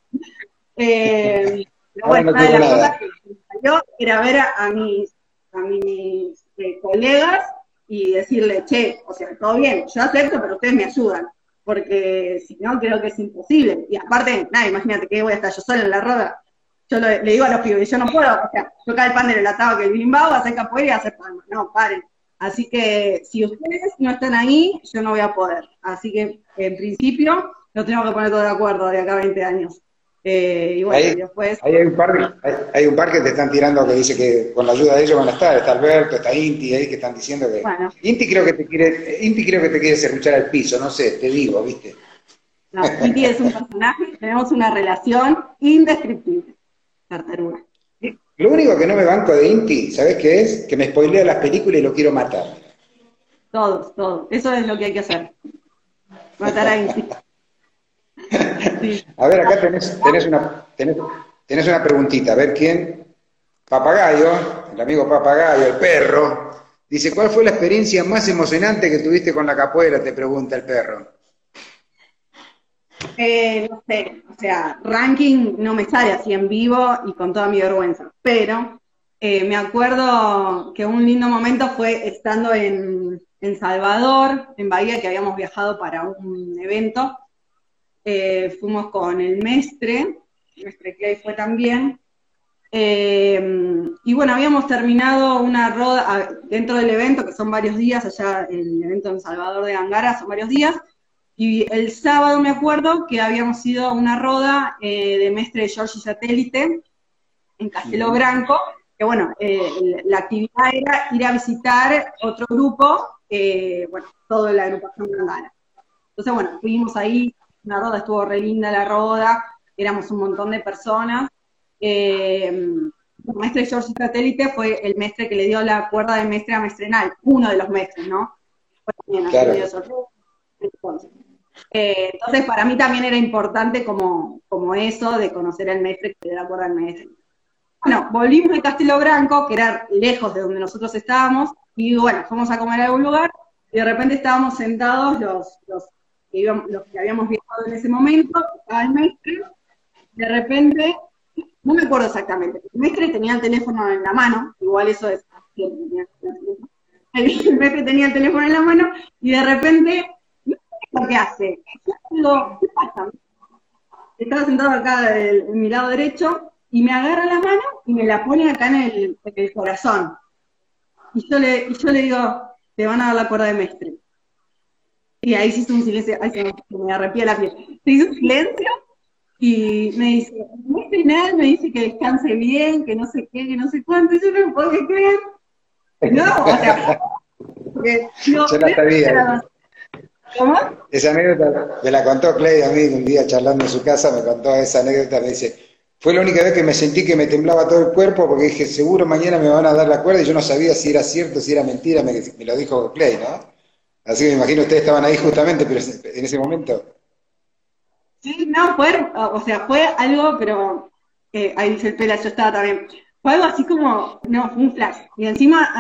pero bueno, una de las cosas que me salió era ver a mis colegas y decirle, che, o sea, todo bien, yo acepto, pero ustedes me ayudan, porque si no, creo que es imposible. Y aparte, nada, imagínate que voy a estar yo sola en la roda. Yo le digo a los pibes, yo no puedo, o sea, tocar el pan del atado que el bimbao, hacer capoeira y hacer palma. No, paren. Así que si ustedes no están ahí, yo no voy a poder. Así que, en principio, nos tenemos que poner todos de acuerdo de acá a 20 años. Y bueno, y después... Hay un par que te están tirando que dice que con la ayuda de ellos van a estar. Está Alberto, está Inti ahí que están diciendo que... Bueno. Inti creo que te quiere serruchar al piso, no sé, te digo, ¿viste? No, Inti es un personaje, tenemos una relación indescriptible. Tartaruga. Lo único que no me banco de Inti, ¿sabés qué es? Que me spoilea las películas y lo quiero matar. Todos. Eso es lo que hay que hacer. Matar a Inti. Sí. A ver, acá tenés una preguntita. A ver quién. Papagayo, el amigo Papagayo, el perro. Dice, ¿cuál fue la experiencia más emocionante que tuviste con la capoeira? Te pregunta el perro. No sé, o sea, ranking no me sale así en vivo y con toda mi vergüenza, pero me acuerdo que un lindo momento fue estando en Salvador, en Bahía, que habíamos viajado para un evento. Fuimos con el Mestre Clay fue también, y bueno, habíamos terminado una roda dentro del evento, que son varios días, allá el evento en Salvador de Gangara son varios días, y el sábado me acuerdo que habíamos ido a una roda de Mestre de Giorgi Satélite en Castelo Branco, que bueno, la actividad era ir a visitar otro grupo, bueno, toda la agrupación Gangara. Entonces bueno, fuimos ahí, una roda, estuvo re linda la roda, éramos un montón de personas. El maestre de Giorgi Satélite fue el maestre que le dio la cuerda de mestre a Mestrenal, uno de los maestres, ¿no? Fue también Claro. entonces, para mí también era importante como eso de conocer al maestre que le da cuerda al maestre. bueno, volvimos de Castelo Branco, que era lejos de donde nosotros estábamos, y bueno, fuimos a comer a algún lugar, y de repente estábamos sentados los que habíamos viajado en ese momento, estaba el Mestre, de repente, no me acuerdo exactamente, el Mestre tenía el teléfono en la mano, igual eso es, el Mestre tenía el teléfono en la mano, y de repente, no sé lo que hace, yo digo, ¿qué pasa? Estaba sentado acá en mi lado derecho, y me agarra la mano y me la pone acá en el corazón. Y yo le digo, te van a dar la cuerda de Mestre. Y ahí se hizo un silencio, ay, se me arrepía la piel. Se hizo un silencio y me dice, Mestre nada, me dice que descanse bien, que no sé qué, que no sé cuánto, y yo no me puedo creer. No, o sea, porque no, Yo la sabía. ¿cómo? Esa anécdota me la contó Clay a mí un día charlando en su casa, me contó esa anécdota, me dice, fue la única vez que me sentí que me temblaba todo el cuerpo porque dije, seguro mañana me van a dar la cuerda y yo no sabía si era cierto, si era mentira, me lo dijo Clay, ¿no? Así que me imagino ustedes estaban ahí justamente, pero en ese momento. Sí, no, o sea, fue algo, pero ahí dice el Pela, yo estaba también. Fue algo así como, no, fue un flash. Y encima,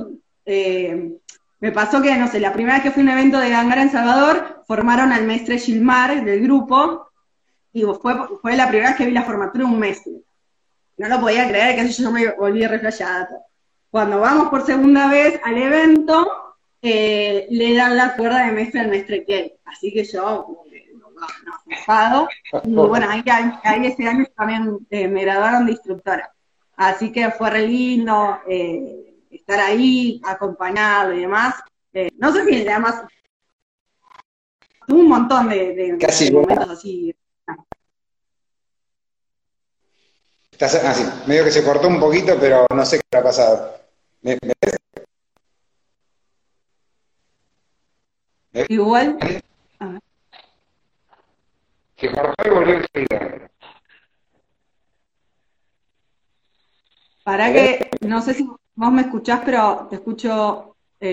me pasó que, no sé, la primera vez que fui a un evento de Gangara en Salvador, formaron al Mestre Gilmar del grupo, y fue la primera vez que vi la formatura de un mestre. No lo podía creer, que yo me volví reflejada. Cuando vamos por segunda vez al evento, le dan la cuerda de mestre al Mestre Kelly. Así que yo, enfado. Y bueno, ahí ese año también me graduaron de instructora. Así que fue re lindo estar ahí, acompañarlo y demás. No sé si además tuvo un montón de momentos así. Así, medio que se cortó un poquito, pero no sé qué ha pasado. ¿Me ves? Igual. Se cortó y volvió enseguida. Para que, no sé si vos me escuchás, pero te escucho.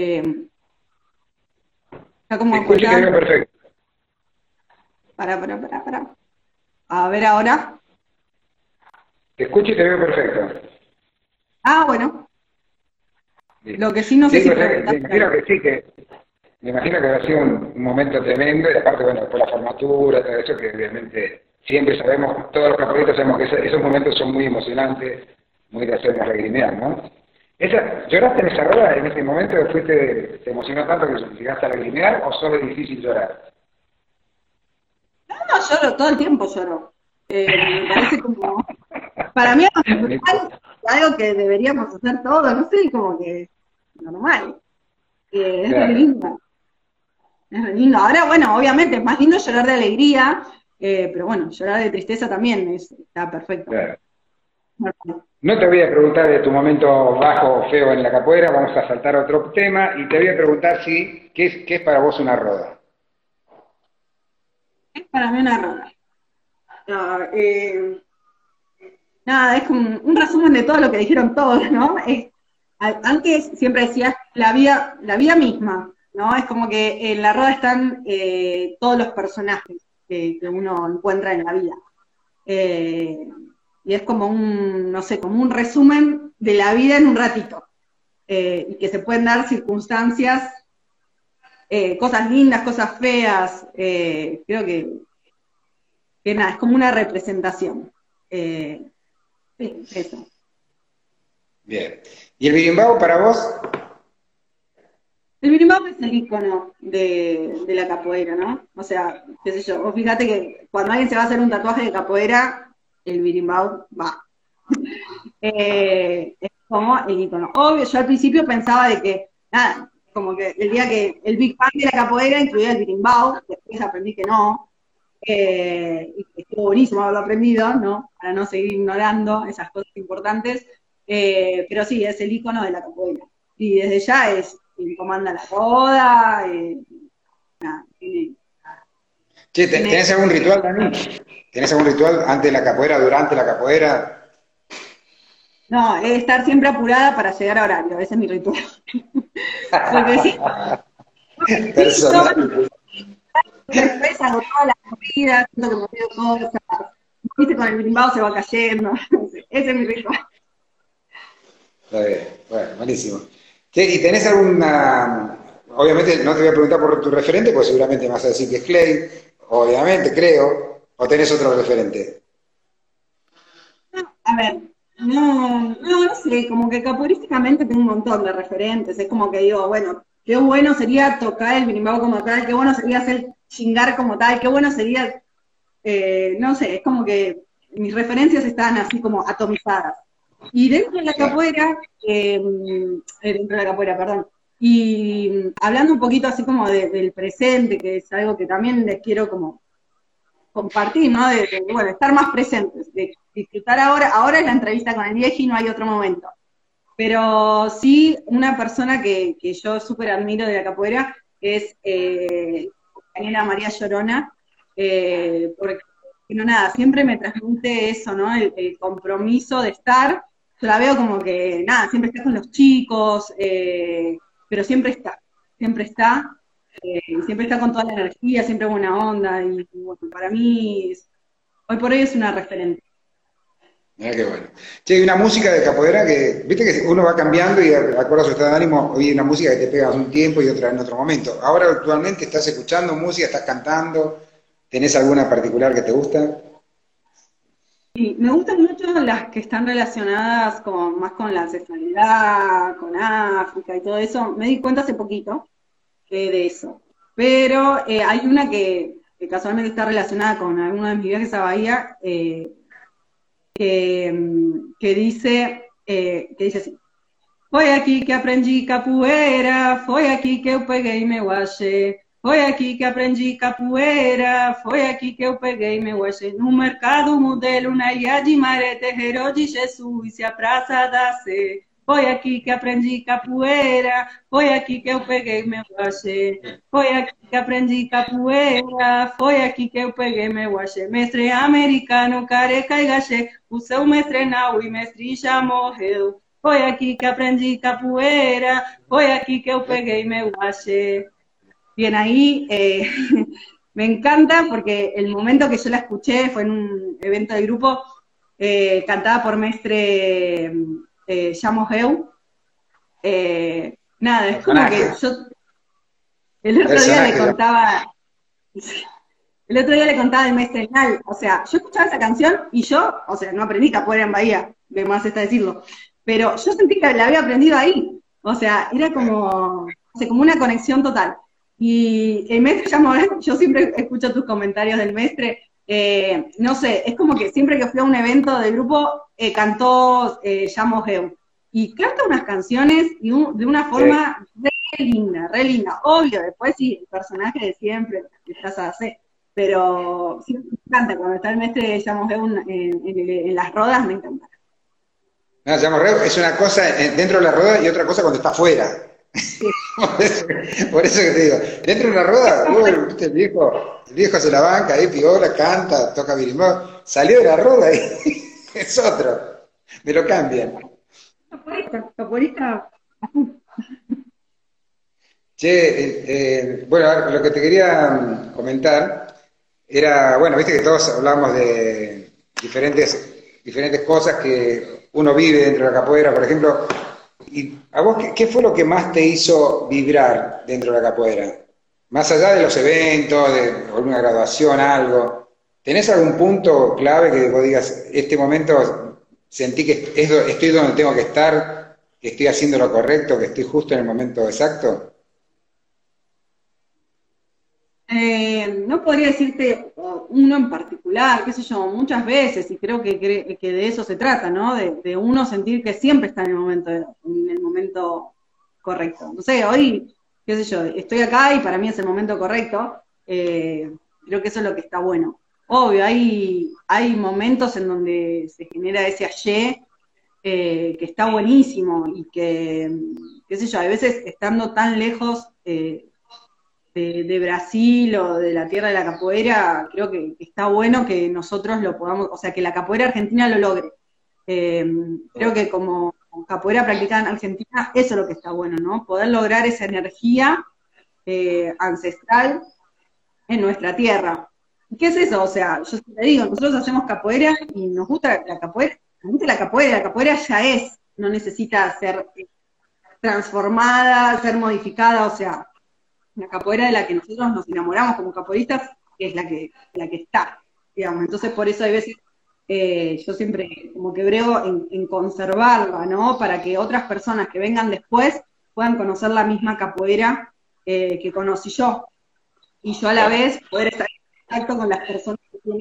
Está como escucho y te veo perfecto. Para. A ver ahora. Te escucho y te veo perfecto. Ah, bueno. Bien. Lo que sí no sé si... Me imagino que sí, me imagino que ha sido un momento tremendo, y aparte, bueno, por la formatura, todo eso, que obviamente siempre sabemos, todos los caporistas sabemos que esos momentos son muy emocionantes, muy de hacernos lagrimear, ¿no? ¿Lloraste en esa rueda en ese momento? ¿Te emocionó tanto que llegaste a lagrimear o solo es difícil llorar? No, lloro, todo el tiempo lloro. Me parece como... Para mí es normal, algo que deberíamos hacer todos, no sé, como que normal. Es re lindo. Es re lindo. Ahora, bueno, obviamente es más lindo llorar de alegría, pero bueno, llorar de tristeza también está perfecto. Claro. No te voy a preguntar de tu momento bajo o feo en la capoeira, vamos a saltar a otro tema y te voy a preguntar ¿qué es para vos una roda? ¿Qué es para mí una roda? Nada, es como un resumen de todo lo que dijeron todos, ¿no? Antes siempre decías la vida misma, ¿no? Es como que en la roda están todos los personajes que uno encuentra en la vida. Y es como no sé, como un resumen de la vida en un ratito. Y que se pueden dar circunstancias, cosas lindas, cosas feas. Creo que nada, es como una representación. Sí, eso. Bien. ¿Y el birimbau para vos? El birimbau es el ícono de la capoeira, ¿no? O sea, qué sé yo, vos fíjate que cuando alguien se va a hacer un tatuaje de capoeira, el birimbau va. Es como el ícono. Obvio, yo al principio pensaba de que, nada, como que el día que el Big Bang de la capoeira incluía el birimbau, después aprendí que no, y que estuvo buenísimo haberlo aprendido, ¿no? Para no seguir ignorando esas cosas importantes, pero sí, es el ícono de la capoeira. Y desde ya es quien comanda la roda, nada, Che, ¿tenés algún ritual, Dani? ¿Tenés algún ritual antes de la capoeira, durante la capoeira? No, es estar siempre apurada para llegar a horario, ese es mi ritual. Porque sí, Personal. después hago todas las comidas, siento que me olvido cosas, viste, con el birimbao se va cayendo, ese es mi ritual. Está bien, bueno, buenísimo. Che, ¿y tenés alguna, obviamente no te voy a preguntar por tu referente, pues seguramente me vas a decir que es Clay, obviamente, creo, o tenés otro referente? A ver, no sé, como que capoeísticamente tengo un montón de referentes, es como que digo, bueno, qué bueno sería tocar el berimbau como tal, qué bueno sería hacer chingar como tal, qué bueno sería, no sé, es como que mis referencias están así como atomizadas. Y dentro de la Claro. capoeira, dentro de la capoeira, perdón, y hablando un poquito así como del presente, que es algo que también les quiero como compartir, ¿no? Bueno, estar más presentes, de disfrutar ahora es la entrevista con el viejo y no hay otro momento. Pero sí, una persona que yo súper admiro de la capoeira es compañera María Llorona, porque no nada, siempre me transmite eso, ¿no? El compromiso de estar, yo la veo como que, nada, siempre está con los chicos, pero siempre está, siempre está con toda la energía, siempre buena onda, y bueno, para mí, hoy por hoy es una referente. Mirá qué bueno. Che, hay una música de capoeira que, viste que uno va cambiando y acuerdo a su estado de ánimo, hoy hay una música que te pega un tiempo y otra en otro momento. Ahora actualmente estás escuchando música, estás cantando, ¿tenés alguna particular que te gusta? Y me gustan mucho las que están relacionadas más con la ancestralidad, con África y todo eso. Me di cuenta hace poquito de eso. Pero hay una que casualmente está relacionada con alguno de mis viajes a Bahía, que dice así. Foi aqui que aprendi capoeira, foi aqui que eu peguei meu axé. Foi aqui que aprendi capoeira, foi aqui que eu peguei meu axé. No mercado modelo, na ilha de Maré, terreiro de Jesus e a Praça da Sé. Foi aqui que aprendi capoeira, foi aqui que eu peguei meu axé. Foi aqui que aprendi capoeira, foi aqui que eu peguei meu axé. Mestre americano, careca e gachê, o seu mestre não e mestre já morreu. Foi aqui que aprendi capoeira, foi aqui que eu peguei meu axé. Bien, ahí me encanta porque el momento que yo la escuché fue en un evento de grupo, cantada por Mestre Llamo Heu. Nada, es como que Personaje, yo el otro día le personaje. contaba, el otro día le contaba al Mestre Nal, o sea, yo escuchaba esa canción y yo, o sea, no aprendí capoeira en Bahía, de más está decirlo, pero yo sentí que la había aprendido ahí, o sea, era como, o sea, como una conexión total. Y el Mestre Llamo, yo siempre escucho tus comentarios del Mestre, no sé, es como que siempre que fui a un evento del grupo, cantó Llamo Heu, y canta unas canciones y de una Sí. forma re linda, obvio, después sí, el personaje de siempre, que estás a hacer, pero sí me encanta, cuando está el mestre Llamo en las rodas, me encanta. No, llamo reo es una cosa dentro de la rueda y otra cosa cuando está afuera. Sí. Por eso que te digo, dentro de una rueda, viste, el viejo se la banca, ahí piola, canta, toca birimbau, salió de la rueda y es otro, me lo cambian. Caporista. Che, bueno, a ver, lo que te quería comentar era, bueno, viste que todos hablamos de diferentes cosas que uno vive dentro de la capoeira, por ejemplo, ¿y a vos qué fue lo que más te hizo vibrar dentro de la capoeira? Más allá de los eventos, de alguna graduación, algo, ¿tenés algún punto clave que vos digas, este momento sentí que estoy donde tengo que estar, que estoy haciendo lo correcto, que estoy justo en el momento exacto? No podría decirte uno en particular, qué sé yo, muchas veces, y creo que de eso se trata, ¿no? De uno sentir que siempre está en el momento correcto. No sé, hoy, qué sé yo, estoy acá y para mí es el momento correcto. Creo que eso es lo que está bueno. Obvio, hay momentos en donde se genera ese ayer que está buenísimo y que, qué sé yo, a veces estando tan lejos de Brasil o de la tierra de la capoeira, creo que está bueno que nosotros lo podamos, o sea, que la capoeira argentina lo logre. Eh, Creo que como capoeira practicada en Argentina, eso es lo que está bueno, ¿no? Poder lograr esa energía ancestral en nuestra tierra. ¿Qué es eso? O sea, yo siempre digo, nosotros hacemos capoeira y nos gusta la capoeira ya es, no necesita ser transformada, ser modificada, o sea, la capoeira de la que nosotros nos enamoramos como capoeiristas es la que está, digamos. Entonces, por eso hay veces, yo siempre como que brego en conservarla, ¿no? Para que otras personas que vengan después puedan conocer la misma capoeira que conocí yo. Y yo a la vez poder estar en contacto con las personas que tienen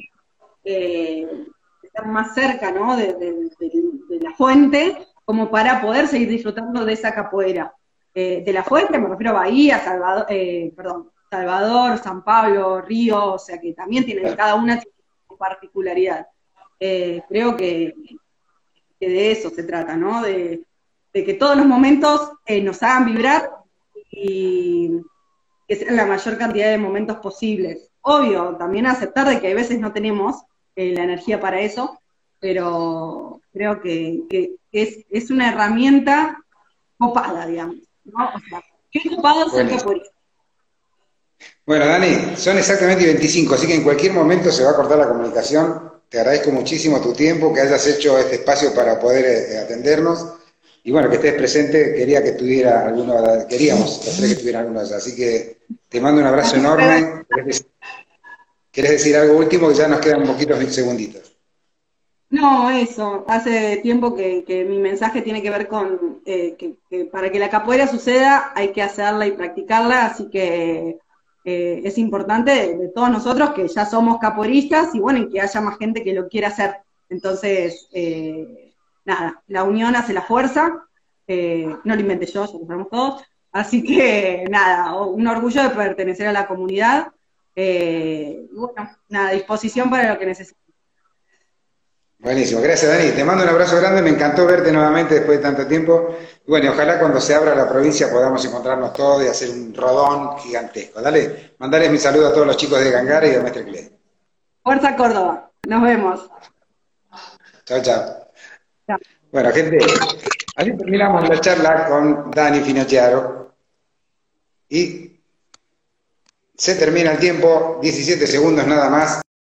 estar más cerca, ¿no? De la fuente, como para poder seguir disfrutando de esa capoeira. De la fuente me refiero a Bahía, Salvador, San Pablo, Río, o sea que también tienen, cada una tiene su particularidad. Creo que de eso se trata, ¿no? De que todos los momentos nos hagan vibrar y que sean la mayor cantidad de momentos posibles. Obvio, también aceptar de que a veces no tenemos la energía para eso, pero creo que es una herramienta copada, digamos, ¿no? O sea, qué copado ser capoeirista. Bueno, Dani, son exactamente 25, así que en cualquier momento se va a cortar la comunicación. Te agradezco muchísimo tu tiempo, que hayas hecho este espacio para poder atendernos. Y bueno, que estés presente, queríamos los tres que estuvieran algunos, así que te mando un abrazo enorme. ¿Querés decir algo último? Que ya nos quedan un poquitos segunditos. No, eso, hace tiempo que mi mensaje tiene que ver con que para que la capoeira suceda hay que hacerla y practicarla, así que es importante de todos nosotros que ya somos capoeiristas y bueno, y que haya más gente que lo quiera hacer. Entonces, nada, la unión hace la fuerza, no lo inventé yo, ya lo sabemos todos, así que nada, un orgullo de pertenecer a la comunidad, bueno, nada, a disposición para lo que necesiten. Buenísimo, gracias Dani, te mando un abrazo grande, me encantó verte nuevamente después de tanto tiempo. Y bueno, ojalá cuando se abra la provincia podamos encontrarnos todos y hacer un rodón gigantesco. Dale, mandales mi saludo a todos los chicos de Gangara y de Mestre Clay. Fuerza Córdoba, nos vemos. Chao, chao. Chao. Bueno, gente, así terminamos la charla con Dani Finocchiaro. Y se termina el tiempo, 17 segundos nada más.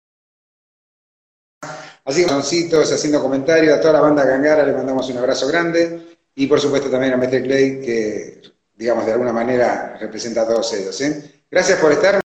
Así que, corazoncitos, haciendo comentarios, a toda la banda Gangara le mandamos un abrazo grande. Y por supuesto también a Mestre Clay, que, digamos, de alguna manera representa a todos ellos. Gracias por estar.